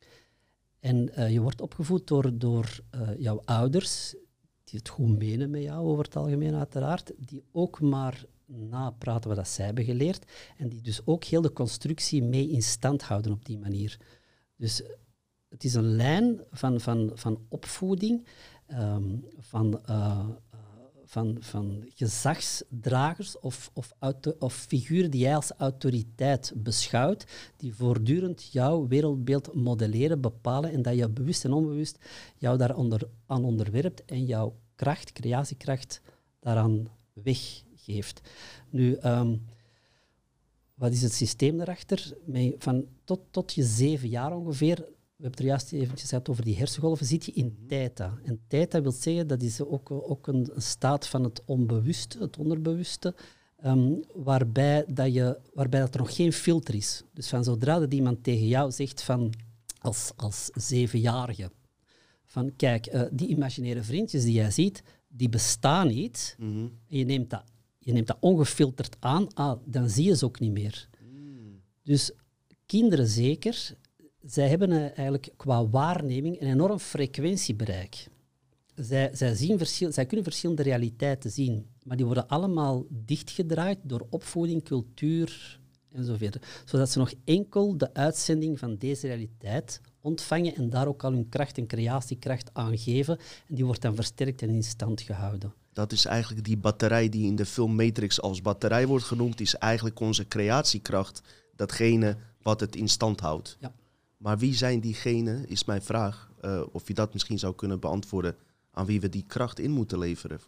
Speaker 5: En uh, je wordt opgevoed door, door uh, jouw ouders, die het goed menen met jou, over het algemeen uiteraard, die ook maar napraten wat zij hebben geleerd en die dus ook heel de constructie mee in stand houden op die manier. Dus het is een lijn van, van, van opvoeding, um, van... Uh, Van, van gezagsdragers of, of, auto, of figuren die jij als autoriteit beschouwt, die voortdurend jouw wereldbeeld modelleren, bepalen en dat je bewust en onbewust jou daar onder, aan onderwerpt en jouw kracht, creatiekracht, daaraan weggeeft. Nu, um, wat is het systeem daarachter? Van tot, tot je zeven jaar ongeveer, we hebben het er juist eventjes gehad over die hersengolven, zit je in theta. En theta wil zeggen, dat is ook, ook een staat van het onbewuste, het onderbewuste, um, waarbij, dat je, waarbij dat er nog geen filter is. Dus van zodra dat iemand tegen jou zegt, van, als, als zevenjarige, van kijk, uh, die imaginaire vriendjes die jij ziet, die bestaan niet, mm-hmm. en je neemt, dat, je neemt dat ongefilterd aan, ah, dan zie je ze ook niet meer. Mm. Dus kinderen zeker... Zij hebben eigenlijk qua waarneming een enorm frequentiebereik. Zij, zij, zien verschil, zij kunnen verschillende realiteiten zien, maar die worden allemaal dichtgedraaid door opvoeding, cultuur enzovoort. Zodat ze nog enkel de uitzending van deze realiteit ontvangen en daar ook al hun kracht en creatiekracht aan geven. En die wordt dan versterkt en in stand gehouden.
Speaker 4: Dat is eigenlijk die batterij die in de film Matrix als batterij wordt genoemd, is eigenlijk onze creatiekracht, datgene wat het in stand houdt.
Speaker 5: Ja.
Speaker 4: Maar wie zijn diegenen, is mijn vraag. Uh, of je dat misschien zou kunnen beantwoorden, aan wie we die kracht in moeten leveren.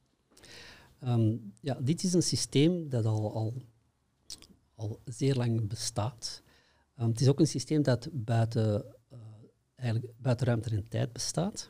Speaker 5: Um, ja, dit is een systeem dat al, al, al zeer lang bestaat. Um, het is ook een systeem dat buiten, uh, eigenlijk buiten ruimte en tijd bestaat.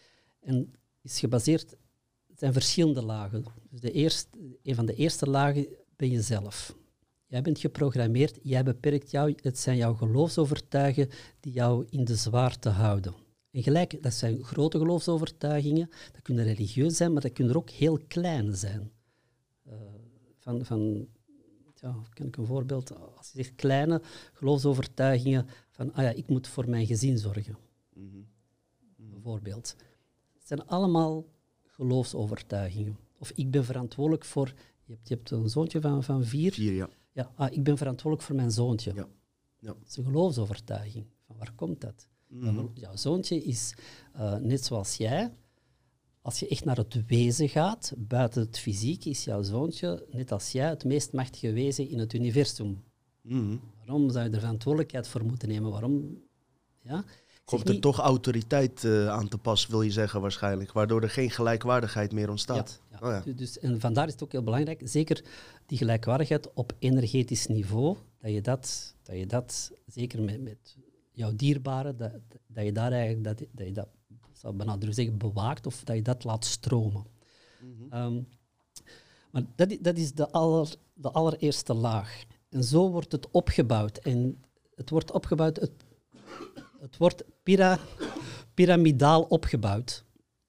Speaker 5: En is gebaseerd, het zijn verschillende lagen. Dus de eerste, een van de eerste lagen ben je zelf. Jij bent geprogrammeerd, jij beperkt jou, het zijn jouw geloofsovertuigingen die jou in de zwaarte houden. En gelijk, dat zijn grote geloofsovertuigingen, dat kunnen religieus zijn, maar dat kunnen er ook heel klein zijn. Uh, van, van, ja, ken ik een voorbeeld? Als je zegt kleine geloofsovertuigingen, van ah ja, ik moet voor mijn gezin zorgen. Mm-hmm. Mm-hmm. Bijvoorbeeld. Het zijn allemaal geloofsovertuigingen. Of ik ben verantwoordelijk voor, je hebt, je hebt een zoontje van, van vier.
Speaker 4: Vier, ja.
Speaker 5: Ja, ah, ik ben verantwoordelijk voor mijn zoontje.
Speaker 4: Ja. Ja.
Speaker 5: Dat is een geloofsovertuiging. Van waar komt dat? Mm-hmm. Jouw zoontje is uh, net zoals jij. Als je echt naar het wezen gaat, buiten het fysiek, is jouw zoontje, net als jij, het meest machtige wezen in het universum.
Speaker 4: Mm-hmm.
Speaker 5: Waarom zou je er verantwoordelijkheid voor moeten nemen? Waarom? Ja?
Speaker 4: Komt er
Speaker 5: niet...
Speaker 4: toch autoriteit uh, aan te pas, wil je zeggen waarschijnlijk, waardoor er geen gelijkwaardigheid meer ontstaat.
Speaker 5: Ja, ja.
Speaker 4: Oh, ja.
Speaker 5: Dus, en vandaar is het ook heel belangrijk, zeker die gelijkwaardigheid op energetisch niveau, dat je dat, dat, je dat zeker met, met jouw dierbaren, dat, dat je daar eigenlijk, dat, dat je dat, zou bijna durven zeggen, bewaakt of dat je dat laat stromen. Mm-hmm. Um, maar dat, dat is de, aller, de allereerste laag. En zo wordt het opgebouwd. En het wordt opgebouwd, het, het wordt pira, piramidaal opgebouwd.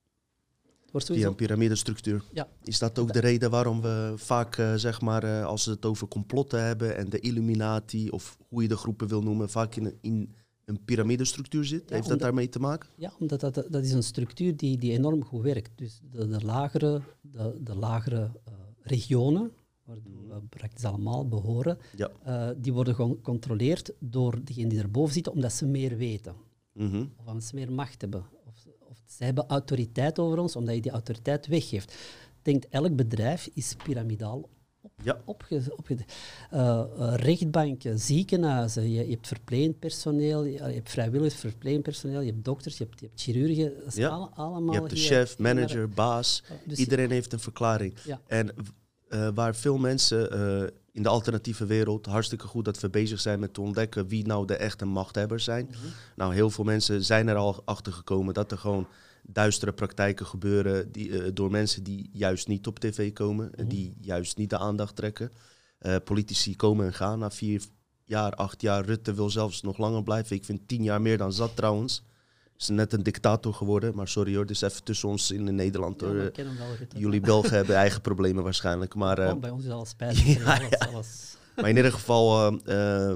Speaker 5: Het wordt
Speaker 4: Via een piramidestructuur.
Speaker 5: Ja.
Speaker 4: Is dat ook de reden waarom we vaak, uh, zeg maar, uh, als we het over complotten hebben en de Illuminati, of hoe je de groepen wil noemen, vaak in, in een piramidestructuur zit? Ja, Heeft dat daarmee te maken?
Speaker 5: Ja, omdat dat, dat is een structuur die, die enorm goed werkt. Dus de, de lagere, de, de lagere uh, regionen, waar we praktisch allemaal behoren,
Speaker 4: ja.
Speaker 5: uh, die worden gecontroleerd door degenen die erboven zitten, omdat ze meer weten.
Speaker 4: Mm-hmm.
Speaker 5: Of omdat ze meer macht hebben. Of, of ze hebben autoriteit over ons, omdat je die autoriteit weggeeft. Denkt, elk bedrijf is piramidaal op,
Speaker 4: ja.
Speaker 5: opge, opge, uh, uh, rechtbanken, ziekenhuizen, je, je hebt verpleegpersoneel, je, je hebt vrijwillig verpleegpersoneel, je hebt dokters, je hebt, je hebt chirurgen. Dat is
Speaker 4: ja.
Speaker 5: alle, allemaal
Speaker 4: je hebt de
Speaker 5: hier,
Speaker 4: chef, manager, baas.
Speaker 5: Dus
Speaker 4: Iedereen heeft een verklaring.
Speaker 5: Ja.
Speaker 4: En uh, waar veel mensen uh, in de alternatieve wereld, hartstikke goed dat we bezig zijn met te ontdekken wie nou de echte machthebbers zijn. Mm-hmm. Nou, heel veel mensen zijn er al achter gekomen dat er gewoon duistere praktijken gebeuren die, uh, door mensen die juist niet op tv komen, mm-hmm. die juist niet de aandacht trekken. Uh, politici komen en gaan na vier jaar, acht jaar. Rutte wil zelfs nog langer blijven. Ik vind tien jaar meer dan zat trouwens. Is net een dictator geworden, maar sorry hoor, dus even tussen ons in Nederland.
Speaker 5: Ja,
Speaker 4: hoor.
Speaker 5: we kennen hem wel, Rutte.
Speaker 4: Jullie Belgen hebben eigen problemen waarschijnlijk. Maar, uh,
Speaker 5: oh, bij ons is alles spijtig. Ja, alles,
Speaker 4: ja.
Speaker 5: alles.
Speaker 4: Maar in ieder geval, uh, uh,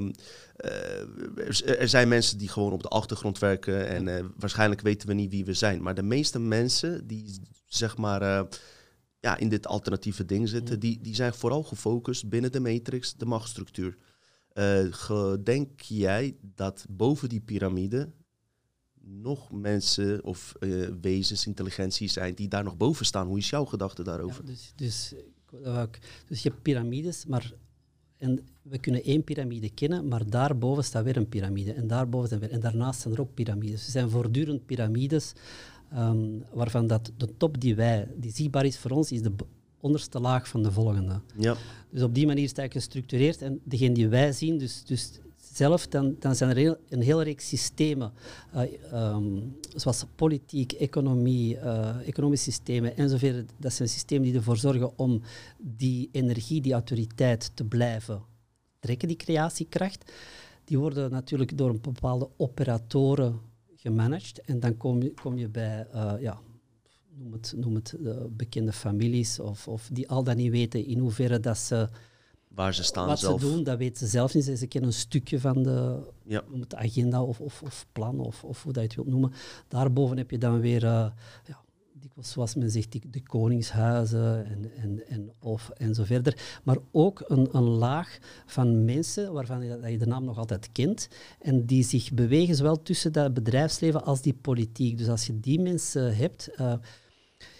Speaker 4: uh, er zijn mensen die gewoon op de achtergrond werken en uh, waarschijnlijk weten we niet wie we zijn. Maar de meeste mensen die zeg maar uh, ja, in dit alternatieve ding zitten, mm. die, die zijn vooral gefocust binnen de matrix, de machtsstructuur. Uh, denk jij dat boven die piramide nog mensen of uh, wezens, intelligentie zijn die daar nog boven staan? Hoe is jouw gedachte daarover?
Speaker 5: Ja, dus, dus, dus je hebt piramides, maar en we kunnen één piramide kennen, maar daarboven staat weer een piramide. En daarboven zijn weer, en daarnaast zijn er ook piramides. Er zijn voortdurend piramides, um, waarvan dat de top die wij, die zichtbaar is voor ons, is de onderste laag van de volgende.
Speaker 4: Ja.
Speaker 5: Dus op die manier is het eigenlijk gestructureerd. En degene die wij zien, dus, dus zelf, dan, dan zijn er heel, een hele reeks systemen, uh, um, zoals politiek, economie, uh, economische systemen enzovoort. Dat zijn systemen die ervoor zorgen om die energie, die autoriteit te blijven trekken, die creatiekracht. Die worden natuurlijk door een bepaalde operatoren gemanaged. En dan kom je, kom je bij, uh, ja, noem het, noem het uh, bekende families, of, of die al dan niet weten in hoeverre dat ze
Speaker 4: waar ze staan
Speaker 5: wat
Speaker 4: zelf.
Speaker 5: ze doen, dat weten ze zelf niet. Ze kennen een stukje van de,
Speaker 4: ja.
Speaker 5: noem het agenda of, of, of plan, of, of hoe dat je het wilt noemen. Daarboven heb je dan weer, uh, ja, dikwijls zoals men zegt, die, de koningshuizen en, en, en, of, en zo verder. Maar ook een, een laag van mensen waarvan je, dat je de naam nog altijd kent en die zich bewegen zowel tussen dat bedrijfsleven als die politiek. Dus als je die mensen hebt, uh,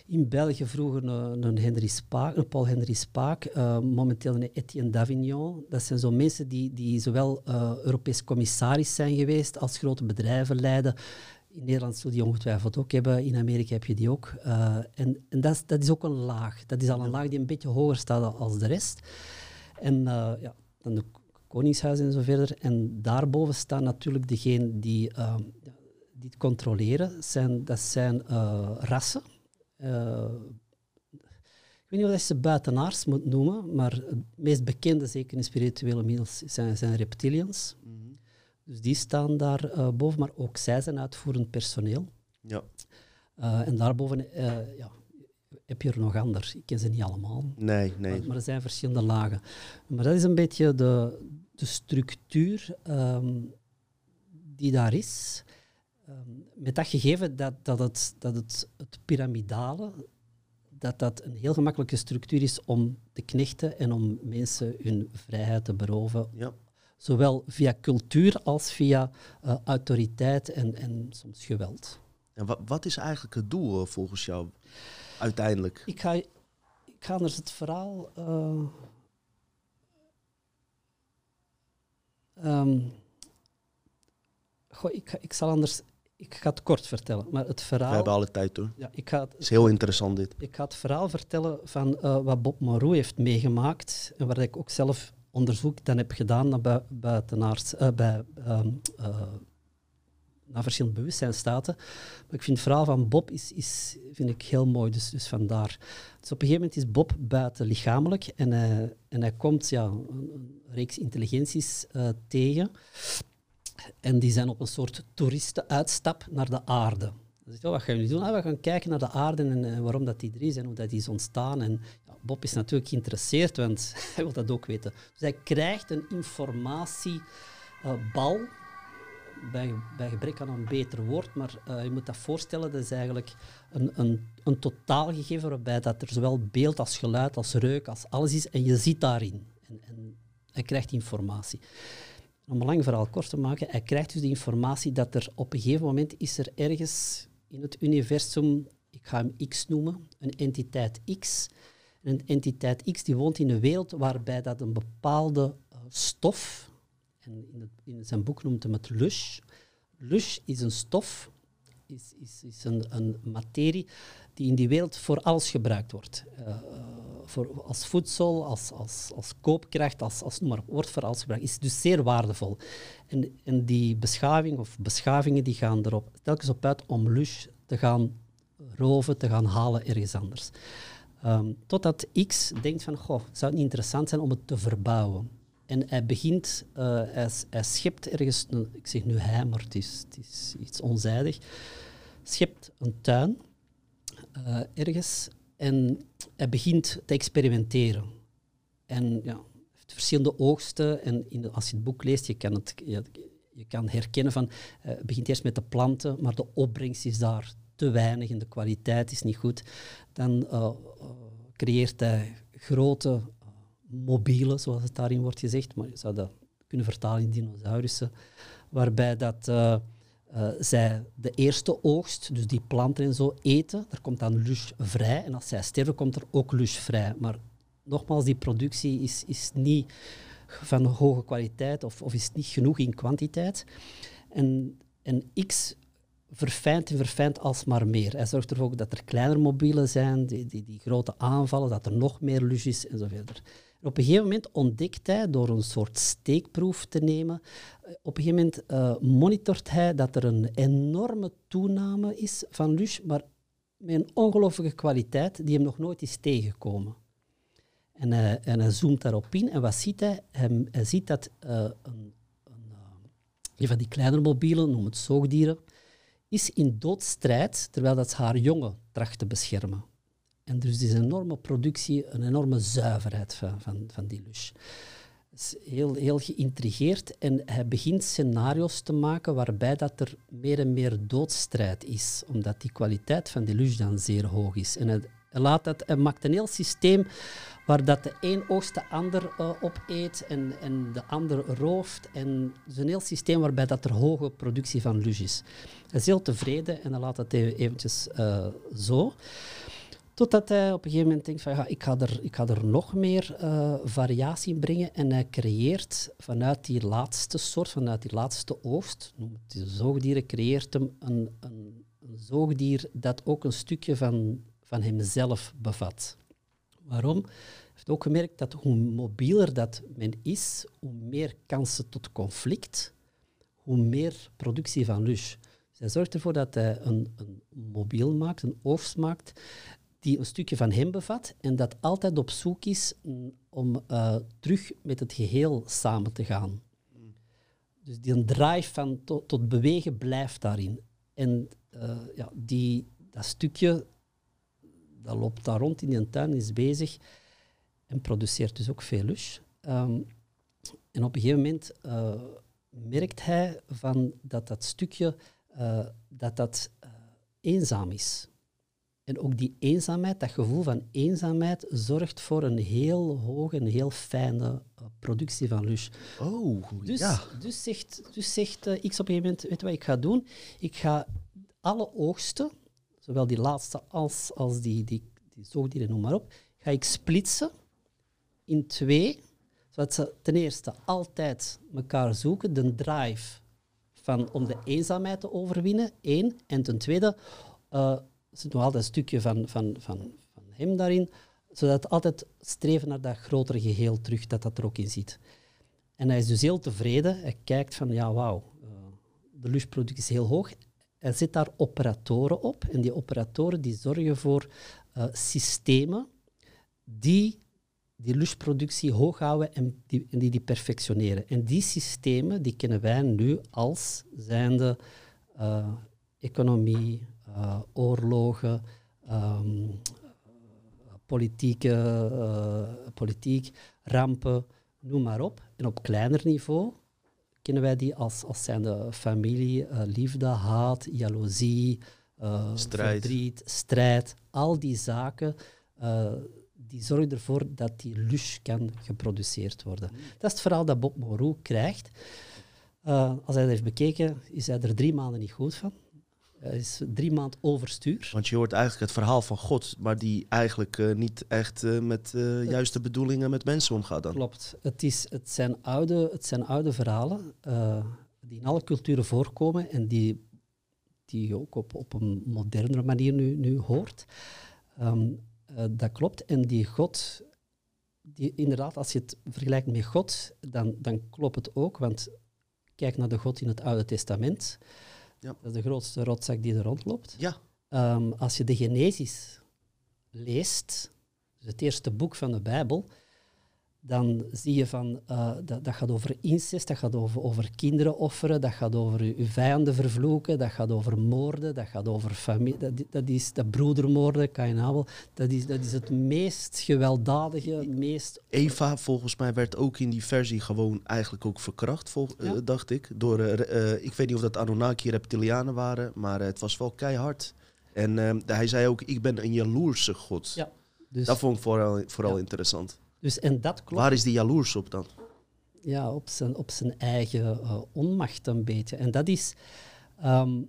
Speaker 5: In België vroeger een, een, Henry Spaak, een Paul Henry Spaak, uh, momenteel een Etienne Davignon. Dat zijn zo mensen die, die zowel uh, Europees commissaris zijn geweest als grote bedrijven leiden. In Nederland zul je die ongetwijfeld ook hebben, in Amerika heb je die ook. Uh, en en dat, is, dat is ook een laag. Dat is al een laag die een beetje hoger staat als de rest. En uh, ja, dan de Koningshuis en zo verder. En daarboven staan natuurlijk degenen die, uh, die het controleren. Zijn, dat zijn uh, rassen. Uh, ik weet niet of je ze buitenaars moet noemen, maar het meest bekende, zeker in spirituele middels, zijn, zijn reptilians. Mm-hmm. Dus die staan daar uh, boven, maar ook zij zijn uitvoerend personeel.
Speaker 4: Ja.
Speaker 5: Uh, en daarboven uh, ja, heb je er nog anders. Ik ken ze niet allemaal.
Speaker 4: Nee, nee.
Speaker 5: Maar, maar er zijn verschillende lagen. Maar dat is een beetje de, de structuur um, die daar is. Um, met dat gegeven dat, dat, het, dat het, het piramidale, dat dat een heel gemakkelijke structuur is om te knechten en om mensen hun vrijheid te beroven.
Speaker 4: Ja.
Speaker 5: Zowel via cultuur als via uh, autoriteit en, en soms geweld.
Speaker 4: En wat, wat is eigenlijk het doel uh, volgens jou uiteindelijk?
Speaker 5: Ik ga, ik ga naar het verhaal... Uh, um, goh, ik, ik zal anders... Ik ga het kort vertellen, maar het verhaal...
Speaker 4: We hebben alle tijd hoor.
Speaker 5: Ja, ik ga het,
Speaker 4: het is heel interessant dit.
Speaker 5: Ik ga het verhaal vertellen van uh, wat Bob Moreau heeft meegemaakt en waar ik ook zelf onderzoek dan heb gedaan naar, bui, buitenaards, uh, bij, um, uh, naar verschillende bewustzijnstaten. Maar ik vind het verhaal van Bob is, is, vind ik heel mooi, dus, dus vandaar. Dus op een gegeven moment is Bob buiten lichamelijk en, uh, en hij komt ja, een, een reeks intelligenties uh, tegen. En die zijn op een soort toeristenuitstap naar de aarde. Dus, oh, wat gaan jullie doen? Ah, we gaan kijken naar de aarde en uh, waarom dat die er is en hoe dat die is ontstaan. En ja, Bob is natuurlijk geïnteresseerd, want hij wil dat ook weten. Dus hij krijgt een informatiebal, uh, bij, bij gebrek aan een beter woord, maar uh, je moet dat voorstellen, dat is eigenlijk een, een, een totaalgegeven waarbij dat er zowel beeld als geluid, als reuk, als alles is. En je ziet daarin. En, en hij krijgt informatie. Om een lang verhaal kort te maken, hij krijgt dus de informatie dat er op een gegeven moment is er ergens in het universum, ik ga hem X noemen, een entiteit X. En een entiteit X die woont in een wereld waarbij dat een bepaalde uh, stof, en in, het, in zijn boek noemt hij het lush. Lush is een stof, is, is, is een, een materie die in die wereld voor alles gebruikt wordt. Uh, voor, als voedsel, als, als, als koopkracht, als, als noem maar op, wordt voor alles gebruikt. Is dus zeer waardevol. En, en die beschaving of beschavingen die gaan erop telkens op uit om lush te gaan roven, te gaan halen ergens anders. Um, totdat X denkt van, goh, zou het niet interessant zijn om het te verbouwen? En hij begint, uh, hij, hij schept ergens, een, ik zeg nu hij, maar het is, het is iets onzijdig, schept een tuin uh, ergens en hij begint te experimenteren. En ja, heeft verschillende oogsten en in de, als je het boek leest, je kan, het, je, je kan herkennen van, uh, het begint eerst met de planten, maar de opbrengst is daar te weinig en de kwaliteit is niet goed. Dan uh, uh, creëert hij grote mobielen, zoals het daarin wordt gezegd, maar je zou dat kunnen vertalen in dinosaurussen, waarbij dat, uh, uh, zij de eerste oogst, dus die planten en zo, eten. Er komt dan lush vrij en als zij sterven, komt er ook lush vrij. Maar nogmaals, die productie is, is niet van hoge kwaliteit of, of is niet genoeg in kwantiteit. En, en X verfijnt en verfijnt alsmaar meer. Hij zorgt ervoor dat er kleiner mobielen zijn, die, die, die grote aanvallen, dat er nog meer lush is en zo verder. Op een gegeven moment ontdekt hij, door een soort steekproef te nemen, op een gegeven moment uh, monitort hij dat er een enorme toename is van lush, maar met een ongelooflijke kwaliteit die hem nog nooit is tegengekomen. En, uh, en hij zoomt daarop in en wat ziet hij? Hij, hij ziet dat uh, een, een, uh, een van die kleinere mobielen, noem het zoogdieren, is in doodstrijd terwijl dat ze haar jongen tracht te beschermen. En dus is een enorme productie, een enorme zuiverheid van, van, van die lush. Is heel, heel geïntrigeerd en hij begint scenario's te maken waarbij dat er meer en meer doodstrijd is, omdat die kwaliteit van die lush dan zeer hoog is. En hij, hij, laat dat, hij maakt een heel systeem waar dat de een oogst de ander uh, opeet en, en de ander rooft. En dus een heel systeem waarbij dat er hoge productie van lush is. Hij is heel tevreden en hij laat dat even, eventjes uh, zo. Totdat hij op een gegeven moment denkt van ja, ik ga er, ik ga er nog meer uh, variatie in brengen. En hij creëert vanuit die laatste soort, vanuit die laatste oogst, noem het de zoogdieren, creëert hem een, een, een zoogdier dat ook een stukje van, van hemzelf bevat. Waarom? Hij heeft ook gemerkt dat hoe mobieler dat men is, hoe meer kansen tot conflict, hoe meer productie van lus. Dus hij zorgt ervoor dat hij een, een mobiel maakt, een oogst maakt, die een stukje van hem bevat en dat altijd op zoek is om uh, terug met het geheel samen te gaan. Mm. Dus die drive van to, tot bewegen blijft daarin. En uh, ja, die, dat stukje, dat loopt daar rond in die tuin, is bezig en produceert dus ook veel lus. Um, en op een gegeven moment uh, merkt hij van dat dat stukje uh, dat dat uh, eenzaam is. En ook die eenzaamheid, dat gevoel van eenzaamheid, zorgt voor een heel hoge en heel fijne uh, productie van lus.
Speaker 4: Oh,
Speaker 5: dus,
Speaker 4: ja.
Speaker 5: Dus zegt, dus zegt uh, X op een gegeven moment, weet je wat ik ga doen? Ik ga alle oogsten, zowel die laatste als, als die, die, die zoogdieren, noem maar op, ga ik splitsen in twee, zodat ze ten eerste altijd elkaar zoeken, de drive van, om de eenzaamheid te overwinnen, één, en ten tweede... Uh, Er zit nog altijd een stukje van, van, van, van hem daarin, zodat het altijd streven naar dat grotere geheel terug, dat dat er ook in zit. En hij is dus heel tevreden. Hij kijkt van, ja, wauw, uh, de lusproductie is heel hoog. Hij zet daar operatoren op. En die operatoren die zorgen voor uh, systemen die die lusproductie hoog houden en die, en die die perfectioneren. En die systemen die kennen wij nu als zijnde uh, economie, Uh, oorlogen, um, politieke, uh, politiek, rampen, noem maar op. En op kleiner niveau kennen wij die als, als zijnde familie, uh, liefde, haat, jaloezie, uh,
Speaker 4: strijd.
Speaker 5: verdriet, strijd. Al die zaken uh, die zorgen ervoor dat die lus kan geproduceerd worden. Mm. Dat is het verhaal dat Bob Moreau krijgt. Uh, als hij dat heeft bekeken, is hij er drie maanden niet goed van. Hij is drie maanden overstuur.
Speaker 4: Want je hoort eigenlijk het verhaal van God, maar die eigenlijk uh, niet echt uh, met uh, juiste bedoelingen met mensen omgaat dan.
Speaker 5: Klopt. Het, is, het, zijn, oude, het zijn oude verhalen uh, die in alle culturen voorkomen en die, die je ook op, op een modernere manier nu, nu hoort. Um, uh, dat klopt. En die God, die, inderdaad, als je het vergelijkt met God, dan, dan klopt het ook. Want kijk naar de God in het Oude Testament. Ja. Dat is de grootste rotzak die er rondloopt.
Speaker 4: Ja.
Speaker 5: Um, als je de Genesis leest, dus het eerste boek van de Bijbel, dan zie je van, uh, dat, dat gaat over incest, dat gaat over, over kinderen offeren, dat gaat over je vijanden vervloeken, dat gaat over moorden, dat gaat over familie, dat, dat is dat broedermoorden, Kainabel, dat is, dat is het meest gewelddadige, meest...
Speaker 4: Eva, volgens mij, werd ook in die versie gewoon eigenlijk ook verkracht, vol, ja. uh, dacht ik. Door, uh, uh, ik weet niet of dat Anunnaki reptilianen waren, maar uh, het was wel keihard. En uh, hij zei ook, ik ben een jaloerse god.
Speaker 5: Ja, dus,
Speaker 4: dat vond ik vooral, vooral
Speaker 5: ja.
Speaker 4: interessant.
Speaker 5: Dus, en dat klopt.
Speaker 4: Waar is die jaloers op dan?
Speaker 5: Ja, op zijn, op zijn eigen uh, onmacht een beetje. En dat is, um,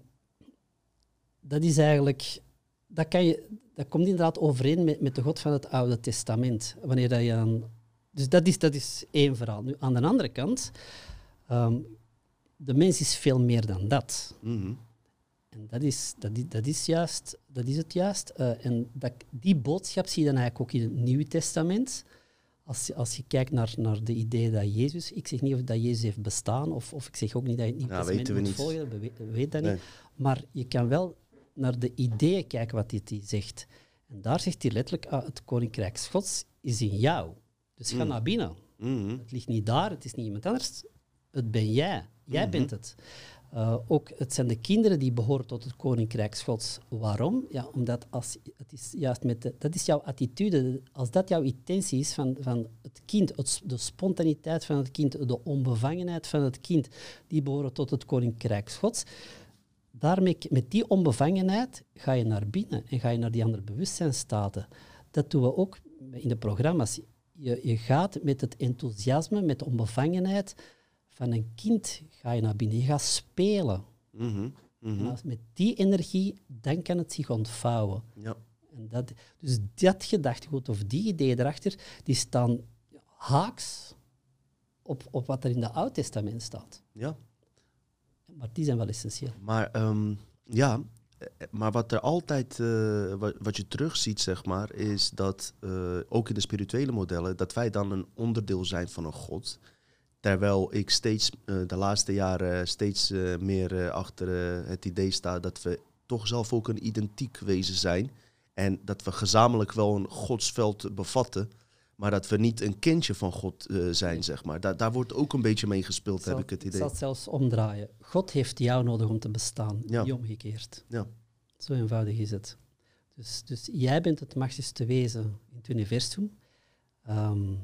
Speaker 5: dat is eigenlijk... Dat, kan je, dat komt inderdaad overeen met, met de God van het Oude Testament. Wanneer dat je aan, dus dat is, dat is één verhaal. Nu, aan de andere kant, um, de mens is veel meer dan dat.
Speaker 4: Mm-hmm.
Speaker 5: En dat is, dat, is, dat, is juist, dat is het juist. Uh, en dat, die boodschap zie je dan eigenlijk ook in het Nieuwe Testament. Als je, als je kijkt naar, naar de idee dat Jezus... Ik zeg niet of dat Jezus heeft bestaan, of, of ik zeg ook niet dat je het Nieuwe Testament moet
Speaker 4: niet.
Speaker 5: volgen. We weten weet dat
Speaker 4: nee.
Speaker 5: niet. Maar je kan wel naar de ideeën kijken wat hij zegt. En daar zegt hij letterlijk, ah, het Koninkrijk Gods is in jou. Dus ga mm. naar binnen.
Speaker 4: Mm-hmm.
Speaker 5: Het ligt niet daar, het is niet iemand anders. Het ben jij. Jij mm-hmm. bent het. Uh, ook, het zijn de kinderen die behoren tot het Koninkrijk Gods. Waarom? Ja, omdat als, het is juist met de, dat is jouw attitude. Als dat jouw intentie is van, van het kind, het, de spontaniteit van het kind, de onbevangenheid van het kind, die behoren tot het Koninkrijk Gods. Daarmee, met die onbevangenheid ga je naar binnen en ga je naar die andere bewustzijnstaten. Dat doen we ook in de programma's. Je, je gaat met het enthousiasme, met de onbevangenheid van een kind ga je naar binnen. Je gaat spelen.
Speaker 4: Mm-hmm. Mm-hmm.
Speaker 5: En als met die energie, dan kan het zich ontvouwen.
Speaker 4: Ja.
Speaker 5: En dat, dus dat gedachtegoed of die ideeën erachter, die staan haaks op, op wat er in het Oude Testament staat.
Speaker 4: Ja.
Speaker 5: Maar die zijn wel essentieel.
Speaker 4: Maar um, ja, maar wat er altijd, uh, wat, wat je terugziet, zeg maar, is dat uh, ook in de spirituele modellen, dat wij dan een onderdeel zijn van een God. Terwijl ik steeds uh, de laatste jaren steeds uh, meer uh, achter uh, het idee sta dat we toch zelf ook een identiek wezen zijn. En dat we gezamenlijk wel een godsveld bevatten, maar dat we niet een kindje van God uh, zijn, zeg maar. Da- daar wordt ook een beetje mee gespeeld,
Speaker 5: zal,
Speaker 4: heb ik het idee.
Speaker 5: Ik zal het zelfs omdraaien. God heeft jou nodig om te bestaan,
Speaker 4: Ja.
Speaker 5: niet omgekeerd.
Speaker 4: Ja.
Speaker 5: Zo eenvoudig is het. Dus, dus jij bent het machtigste wezen in het universum. Um,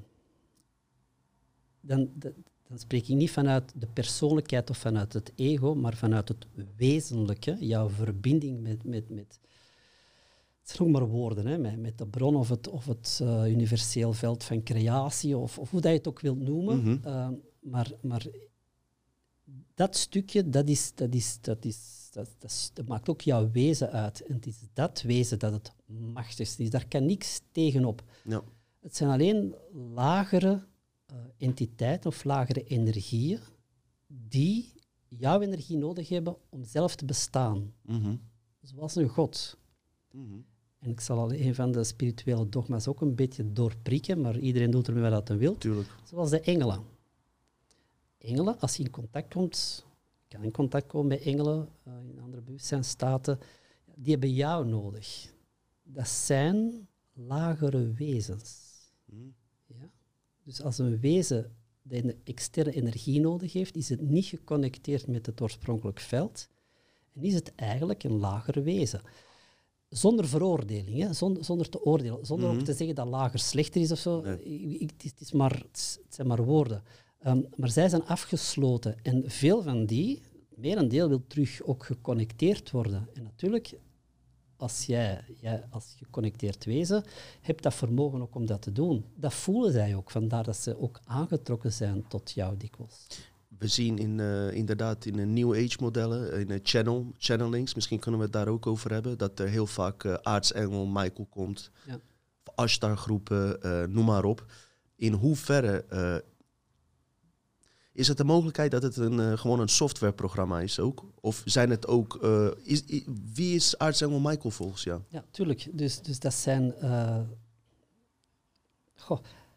Speaker 5: dan, dan, dan spreek ik niet vanuit de persoonlijkheid of vanuit het ego, maar vanuit het wezenlijke, jouw verbinding met... met, met het zijn ook maar woorden, hè, met, met de bron of het, of het uh, universeel veld van creatie, of, of hoe dat je het ook wilt noemen.
Speaker 4: Mm-hmm.
Speaker 5: Uh, maar, maar dat stukje, dat, is, dat, is, dat, is, dat, dat, is, dat maakt ook jouw wezen uit. En het is dat wezen dat het machtigste is. Daar kan niks tegenop.
Speaker 4: Ja.
Speaker 5: Het zijn alleen lagere uh, entiteiten of lagere energieën die jouw energie nodig hebben om zelf te bestaan.
Speaker 4: Mm-hmm.
Speaker 5: Zoals een god.
Speaker 4: Mm-hmm.
Speaker 5: En ik zal al een van de spirituele dogma's ook een beetje doorprikken, maar iedereen doet ermee wat hij wil.
Speaker 4: Tuurlijk.
Speaker 5: Zoals de engelen. Engelen, als je in contact komt, je kan in contact komen met engelen uh, in andere bewustzijnstaten, die hebben jou nodig. Dat zijn lagere wezens.
Speaker 4: Mm.
Speaker 5: Ja? Dus als een wezen de externe energie nodig heeft, is het niet geconnecteerd met het oorspronkelijk veld en is het eigenlijk een lager wezen. Zonder veroordeling, hè? Zonder, zonder te oordelen, zonder
Speaker 4: Mm-hmm.
Speaker 5: ook te zeggen dat lager slechter is of zo.
Speaker 4: Nee.
Speaker 5: Ik, ik, het, is, het, is maar, het, is, het zijn maar woorden. Um, maar zij zijn afgesloten en veel van die, merendeel wil terug ook geconnecteerd worden. En natuurlijk, als jij, jij als geconnecteerd wezen hebt dat vermogen ook om dat te doen. Dat voelen zij ook, vandaar dat ze ook aangetrokken zijn tot jou dikwijls.
Speaker 4: We zien in, uh, inderdaad in de New Age modellen, in de channel, channelings, misschien kunnen we het daar ook over hebben, dat er heel vaak uh, aartsengel Michael komt,
Speaker 5: Ja.
Speaker 4: of Ashtar groepen, uh, noem maar op. In hoeverre uh, is het de mogelijkheid dat het een, uh, gewoon een softwareprogramma is ook? Of zijn het ook, uh, is, i, wie is aartsengel Michael volgens jou?
Speaker 5: Ja, tuurlijk. Dus, dus dat zijn... Uh, goh.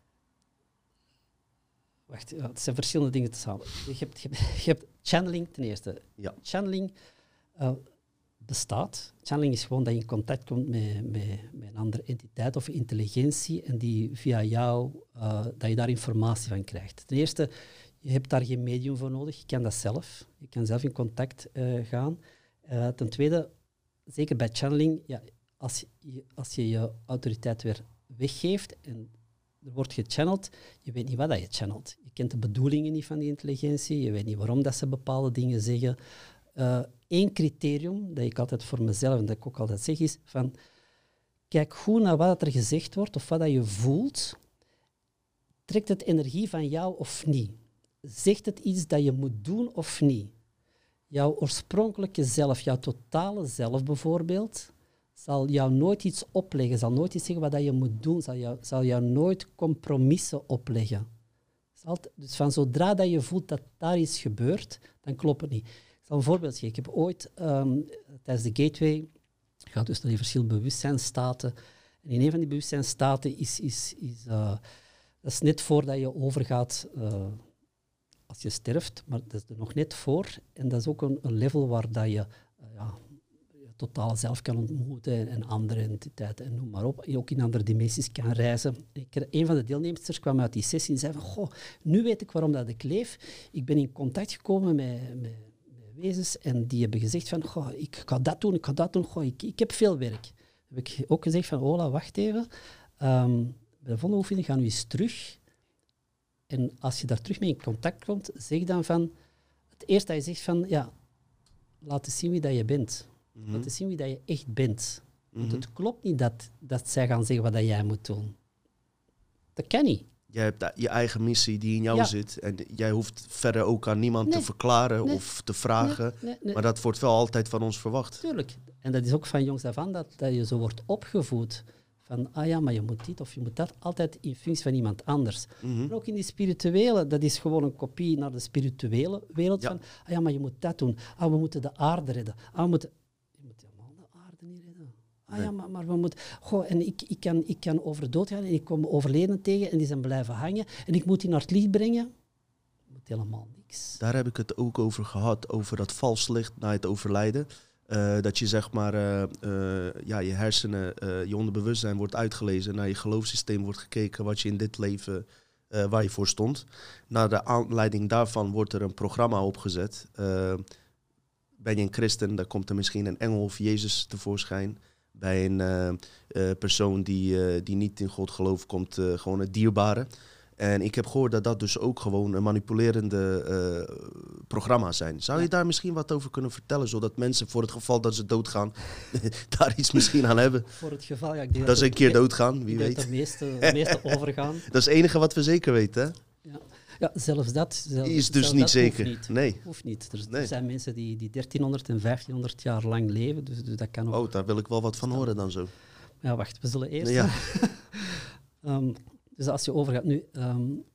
Speaker 5: Wacht, ja, het zijn verschillende dingen te samen. Je hebt, je, hebt, je hebt channeling ten eerste.
Speaker 4: Ja.
Speaker 5: Channeling uh, bestaat. Channeling is gewoon dat je in contact komt met, met, met een andere entiteit of intelligentie en die via jou, uh, dat je daar informatie van krijgt. Ten eerste, je hebt daar geen medium voor nodig. Je kan dat zelf. Je kan zelf in contact uh, gaan. Uh, ten tweede, zeker bij channeling, ja, als, je, als je je autoriteit weer weggeeft en er wordt gechanneld, je weet niet wat dat je channelt. Je kent de bedoelingen niet van die intelligentie, je weet niet waarom dat ze bepaalde dingen zeggen. Eén uh, criterium dat ik altijd voor mezelf, en dat ik ook altijd zeg, is van kijk goed naar wat er gezegd wordt of wat dat je voelt. Trekt het energie van jou of niet? Zegt het iets dat je moet doen of niet? Jouw oorspronkelijke zelf, jouw totale zelf bijvoorbeeld, zal jou nooit iets opleggen, zal nooit iets zeggen wat dat je moet doen, zal jou, zal jou nooit compromissen opleggen. Altijd, dus van zodra dat je voelt dat daar iets gebeurt, dan klopt het niet. Ik zal een voorbeeld geven. Ik heb ooit um, tijdens de Gateway, gaat dus naar die verschillende bewustzijnstaten, en in een van die bewustzijnstaten is, is, is uh, dat is net voordat je overgaat uh, als je sterft, maar dat is er nog net voor. En dat is ook een, een level waar dat je uh, ja, totaal zelf kan ontmoeten en andere entiteiten en noem maar op. En ook in andere dimensies kan reizen. Ik, een van de deelnemers kwam uit die sessie en zei van, goh, nu weet ik waarom dat ik leef. Ik ben in contact gekomen met, met, met wezens en die hebben gezegd van, goh, ik ga dat doen, ik ga dat doen, goh, ik, ik heb veel werk. Dan heb ik ook gezegd van, Ola, wacht even. Um, bij de volgende oefening gaan we eens terug. En als je daar terug mee in contact komt, zeg dan van, het eerste dat je zegt van, ja, laat eens zien wie dat je bent. Mm-hmm. Laat eens zien wie dat je echt bent. Mm-hmm. Want het klopt niet dat, dat zij gaan zeggen wat dat jij moet doen. Dat kan niet.
Speaker 4: Jij hebt je eigen missie die in jou
Speaker 5: ja.
Speaker 4: zit. En jij hoeft verder ook aan niemand
Speaker 5: nee.
Speaker 4: te verklaren
Speaker 5: nee.
Speaker 4: of te vragen.
Speaker 5: Nee, nee, nee.
Speaker 4: Maar dat wordt wel altijd van ons verwacht.
Speaker 5: Tuurlijk. En dat is ook van jongs af aan dat, dat je zo wordt opgevoed. Van, ah ja, maar je moet dit of je moet dat. Altijd in functie van iemand anders.
Speaker 4: Mhm.
Speaker 5: Maar ook in die spirituele, dat is gewoon een kopie naar de spirituele wereld.
Speaker 4: Ja.
Speaker 5: Van, ah ja, maar je moet dat doen. Ah, we moeten de aarde redden. Ah, we moeten... Je moet helemaal de aarde niet redden. Ah
Speaker 4: Nee.
Speaker 5: ja, maar, maar we moeten... Goh, en ik, ik, kan, ik kan over dood gaan en ik kom overleden tegen en die zijn blijven hangen. En ik moet die naar het licht brengen. Je moet helemaal niks.
Speaker 4: Daar heb ik het ook over gehad, over dat vals licht na het overlijden. Uh, dat je zeg maar, uh, uh, ja, je hersenen, uh, je onderbewustzijn wordt uitgelezen, naar je geloofssysteem wordt gekeken wat je in dit leven, uh, waar je voor stond. Na de aanleiding daarvan wordt er een programma opgezet. Uh, ben je een christen, dan komt er misschien een engel of Jezus tevoorschijn. Bij een uh, uh, persoon die, uh, die niet in God gelooft, komt uh, gewoon het dierbare. En ik heb gehoord dat dat dus ook gewoon een manipulerende uh, programma's zijn. Zou je daar misschien wat over kunnen vertellen, zodat mensen voor het geval dat ze doodgaan, daar iets misschien aan hebben?
Speaker 5: Voor het geval, ja, ik denk
Speaker 4: dat ze een keer doodgaan, wie
Speaker 5: ik
Speaker 4: weet.
Speaker 5: Dat de meeste, de meeste overgaan.
Speaker 4: Dat is het enige wat we zeker weten, hè?
Speaker 5: Ja. Ja, zelfs dat zelfs,
Speaker 4: is dus
Speaker 5: zelfs
Speaker 4: niet
Speaker 5: dat
Speaker 4: zeker.
Speaker 5: Hoeft niet.
Speaker 4: Nee.
Speaker 5: Hoeft niet. Er,
Speaker 4: Nee.
Speaker 5: er zijn mensen die, die dertienhonderd en vijftienhonderd jaar lang leven, dus, dus dat kan ook.
Speaker 4: Oh, daar wil ik wel wat van horen dan zo.
Speaker 5: Ja, wacht, we zullen eerst...
Speaker 4: Ja.
Speaker 5: um, dus als je overgaat... Nu, um,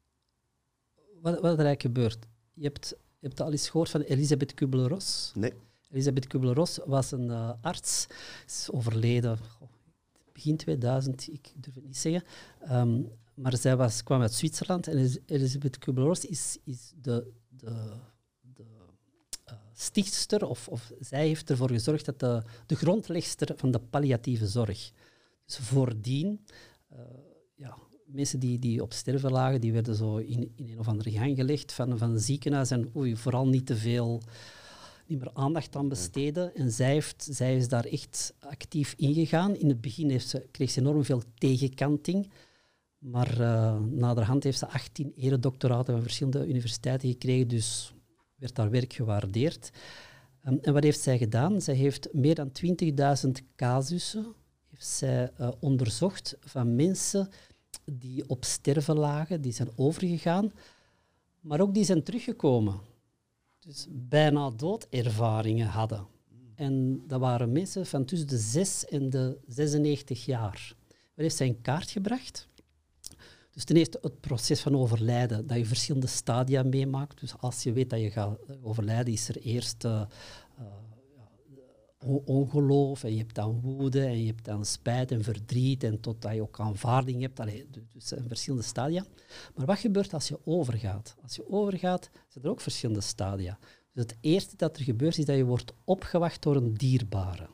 Speaker 5: wat, wat er eigenlijk gebeurt... Je hebt, je hebt al eens gehoord van Elisabeth Kubler-Ross.
Speaker 4: Nee.
Speaker 5: Elisabeth Kubler-Ross was een uh, arts, is overleden goh, begin tweeduizend, ik durf het niet zeggen. Um, maar zij was, kwam uit Zwitserland en Elisabeth Kubler-Ross is, is de, de, de uh, stichtster, of, of zij heeft ervoor gezorgd dat de, de grondlegster van de palliatieve zorg. Dus voordien, uh, ja, mensen die, die op sterven lagen, die werden zo in, in een of andere gang gelegd van, van een ziekenhuis en oei, vooral niet te veel... niet meer aandacht aan besteden. En zij, heeft, zij is daar echt actief ingegaan. In het begin heeft ze, kreeg ze enorm veel tegenkanting. Maar uh, naderhand heeft ze achttien eredoctoraten van verschillende universiteiten gekregen. Dus werd haar werk gewaardeerd. Um, en wat heeft zij gedaan? Zij heeft meer dan twintigduizend casussen heeft zij, uh, onderzocht van mensen die op sterven lagen, die zijn overgegaan, maar ook die zijn teruggekomen. Dus bijna doodervaringen hadden. En dat waren mensen van tussen de zes en de zesennegentig jaar. Wat heeft zij in kaart gebracht? Dus ten eerste het proces van overlijden, dat je verschillende stadia meemaakt. Dus als je weet dat je gaat overlijden, is er eerst uh, uh, ongeloof, en je hebt dan woede, en je hebt dan spijt en verdriet, en totdat je ook aanvaarding hebt. Allee, dus er zijn verschillende stadia. Maar wat gebeurt als je overgaat? Als je overgaat, zijn er ook verschillende stadia. Dus het eerste dat er gebeurt, is dat je wordt opgewacht door een dierbare.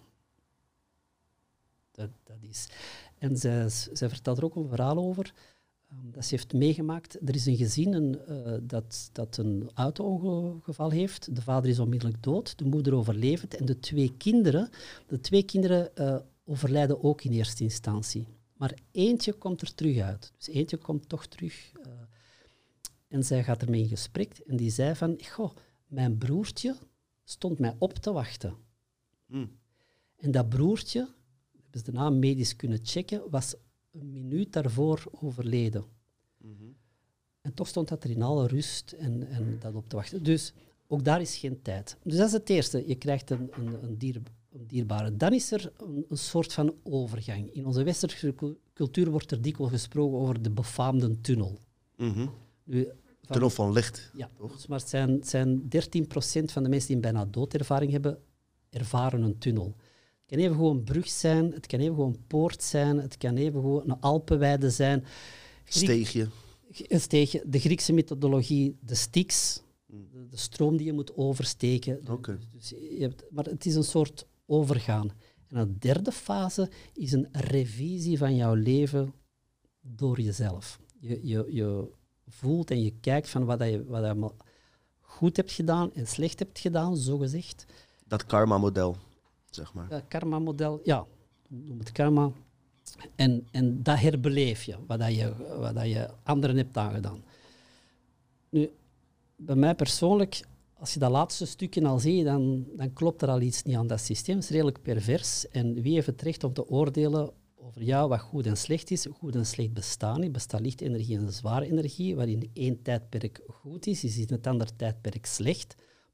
Speaker 5: Dat, dat is. En zij, zij vertelt er ook een verhaal over, um, dat ze heeft meegemaakt. Er is een gezin een, uh, dat, dat een auto-ongeval heeft. De vader is onmiddellijk dood, de moeder overleeft en de twee kinderen, de twee kinderen uh, overlijden ook in eerste instantie. Maar eentje komt er terug uit. Dus eentje komt toch terug. Uh, en zij gaat ermee in gesprek en die zei van, goh, mijn broertje stond mij op te wachten.
Speaker 4: Mm.
Speaker 5: En dat broertje, hebben ze daarna medisch kunnen checken, was een minuut daarvoor overleden.
Speaker 4: Mm-hmm.
Speaker 5: En toch stond dat er in alle rust en, en dat op te wachten. Dus ook daar is geen tijd. Dus dat is het eerste. Je krijgt een, een, een, dier, een dierbare. Dan is er een, een soort van overgang. In onze westerse cultuur wordt er dikwijls gesproken over de befaamde tunnel.
Speaker 4: Mm-hmm.
Speaker 5: Nu, van,
Speaker 4: tunnel van licht.
Speaker 5: Ja, toch? Maar het zijn, het zijn dertien procent van de mensen die een bijna doodervaring hebben, ervaren een tunnel. Het kan even gewoon een brug zijn, het kan even gewoon een poort zijn, het kan even gewoon een Alpenweide zijn. Griek,
Speaker 4: Steegje.
Speaker 5: Een steegje. De Griekse methodologie, de Styx,
Speaker 4: Mm.
Speaker 5: de, de stroom die je moet oversteken.
Speaker 4: Okay.
Speaker 5: Dus, dus je hebt, maar het is een soort overgaan. En de derde fase is een revisie van jouw leven door jezelf. Je, je, je voelt en je kijkt van wat je, wat je goed hebt gedaan en slecht hebt gedaan, zogezegd.
Speaker 4: Dat karma-model, zeg maar.
Speaker 5: Dat karma-model, ja, noem het karma. En, en dat herbeleef je, wat, dat je, wat dat je anderen hebt aangedaan. Nu, bij mij persoonlijk, als je dat laatste stukje al ziet, dan, dan klopt er al iets niet aan. Dat systeem is redelijk pervers. En wie heeft het recht om te oordelen over jou wat goed en slecht is? Goed en slecht bestaan niet. Bestaat lichtenergie en zware energie, waarin één tijdperk goed is, is in het andere tijdperk slecht.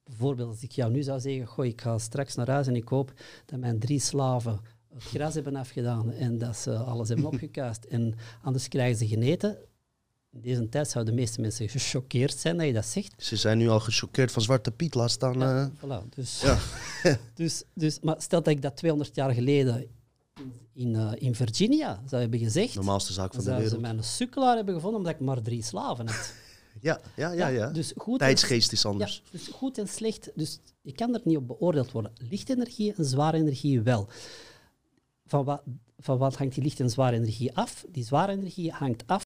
Speaker 5: Bijvoorbeeld als ik jou nu zou zeggen, goh, ik ga straks naar huis en ik hoop dat mijn drie slaven het gras hebben afgedaan en dat ze alles hebben opgekuist en anders krijgen ze geen eten. In deze tijd zouden de meeste mensen gechoqueerd zijn dat je dat zegt.
Speaker 4: Ze zijn nu al gechoqueerd van Zwarte Piet, laat staan...
Speaker 5: Ja,
Speaker 4: uh...
Speaker 5: voilà, dus,
Speaker 4: Ja.
Speaker 5: dus, dus, maar stel dat ik dat tweehonderd jaar geleden in, uh, in Virginia zou hebben gezegd,
Speaker 4: Normaalste zaak
Speaker 5: dan
Speaker 4: van de
Speaker 5: zouden ze
Speaker 4: wereld.
Speaker 5: mij een sukkelaar hebben gevonden omdat ik maar drie slaven had.
Speaker 4: Ja, ja, ja. ja.
Speaker 5: Dus goed
Speaker 4: Tijdsgeest is
Speaker 5: en,
Speaker 4: anders.
Speaker 5: Ja, dus goed en slecht, dus je kan er niet op beoordeeld worden. Lichtenergie en zware energie wel. Van wat, van wat hangt die licht- en zware energie af? Die zware energie hangt af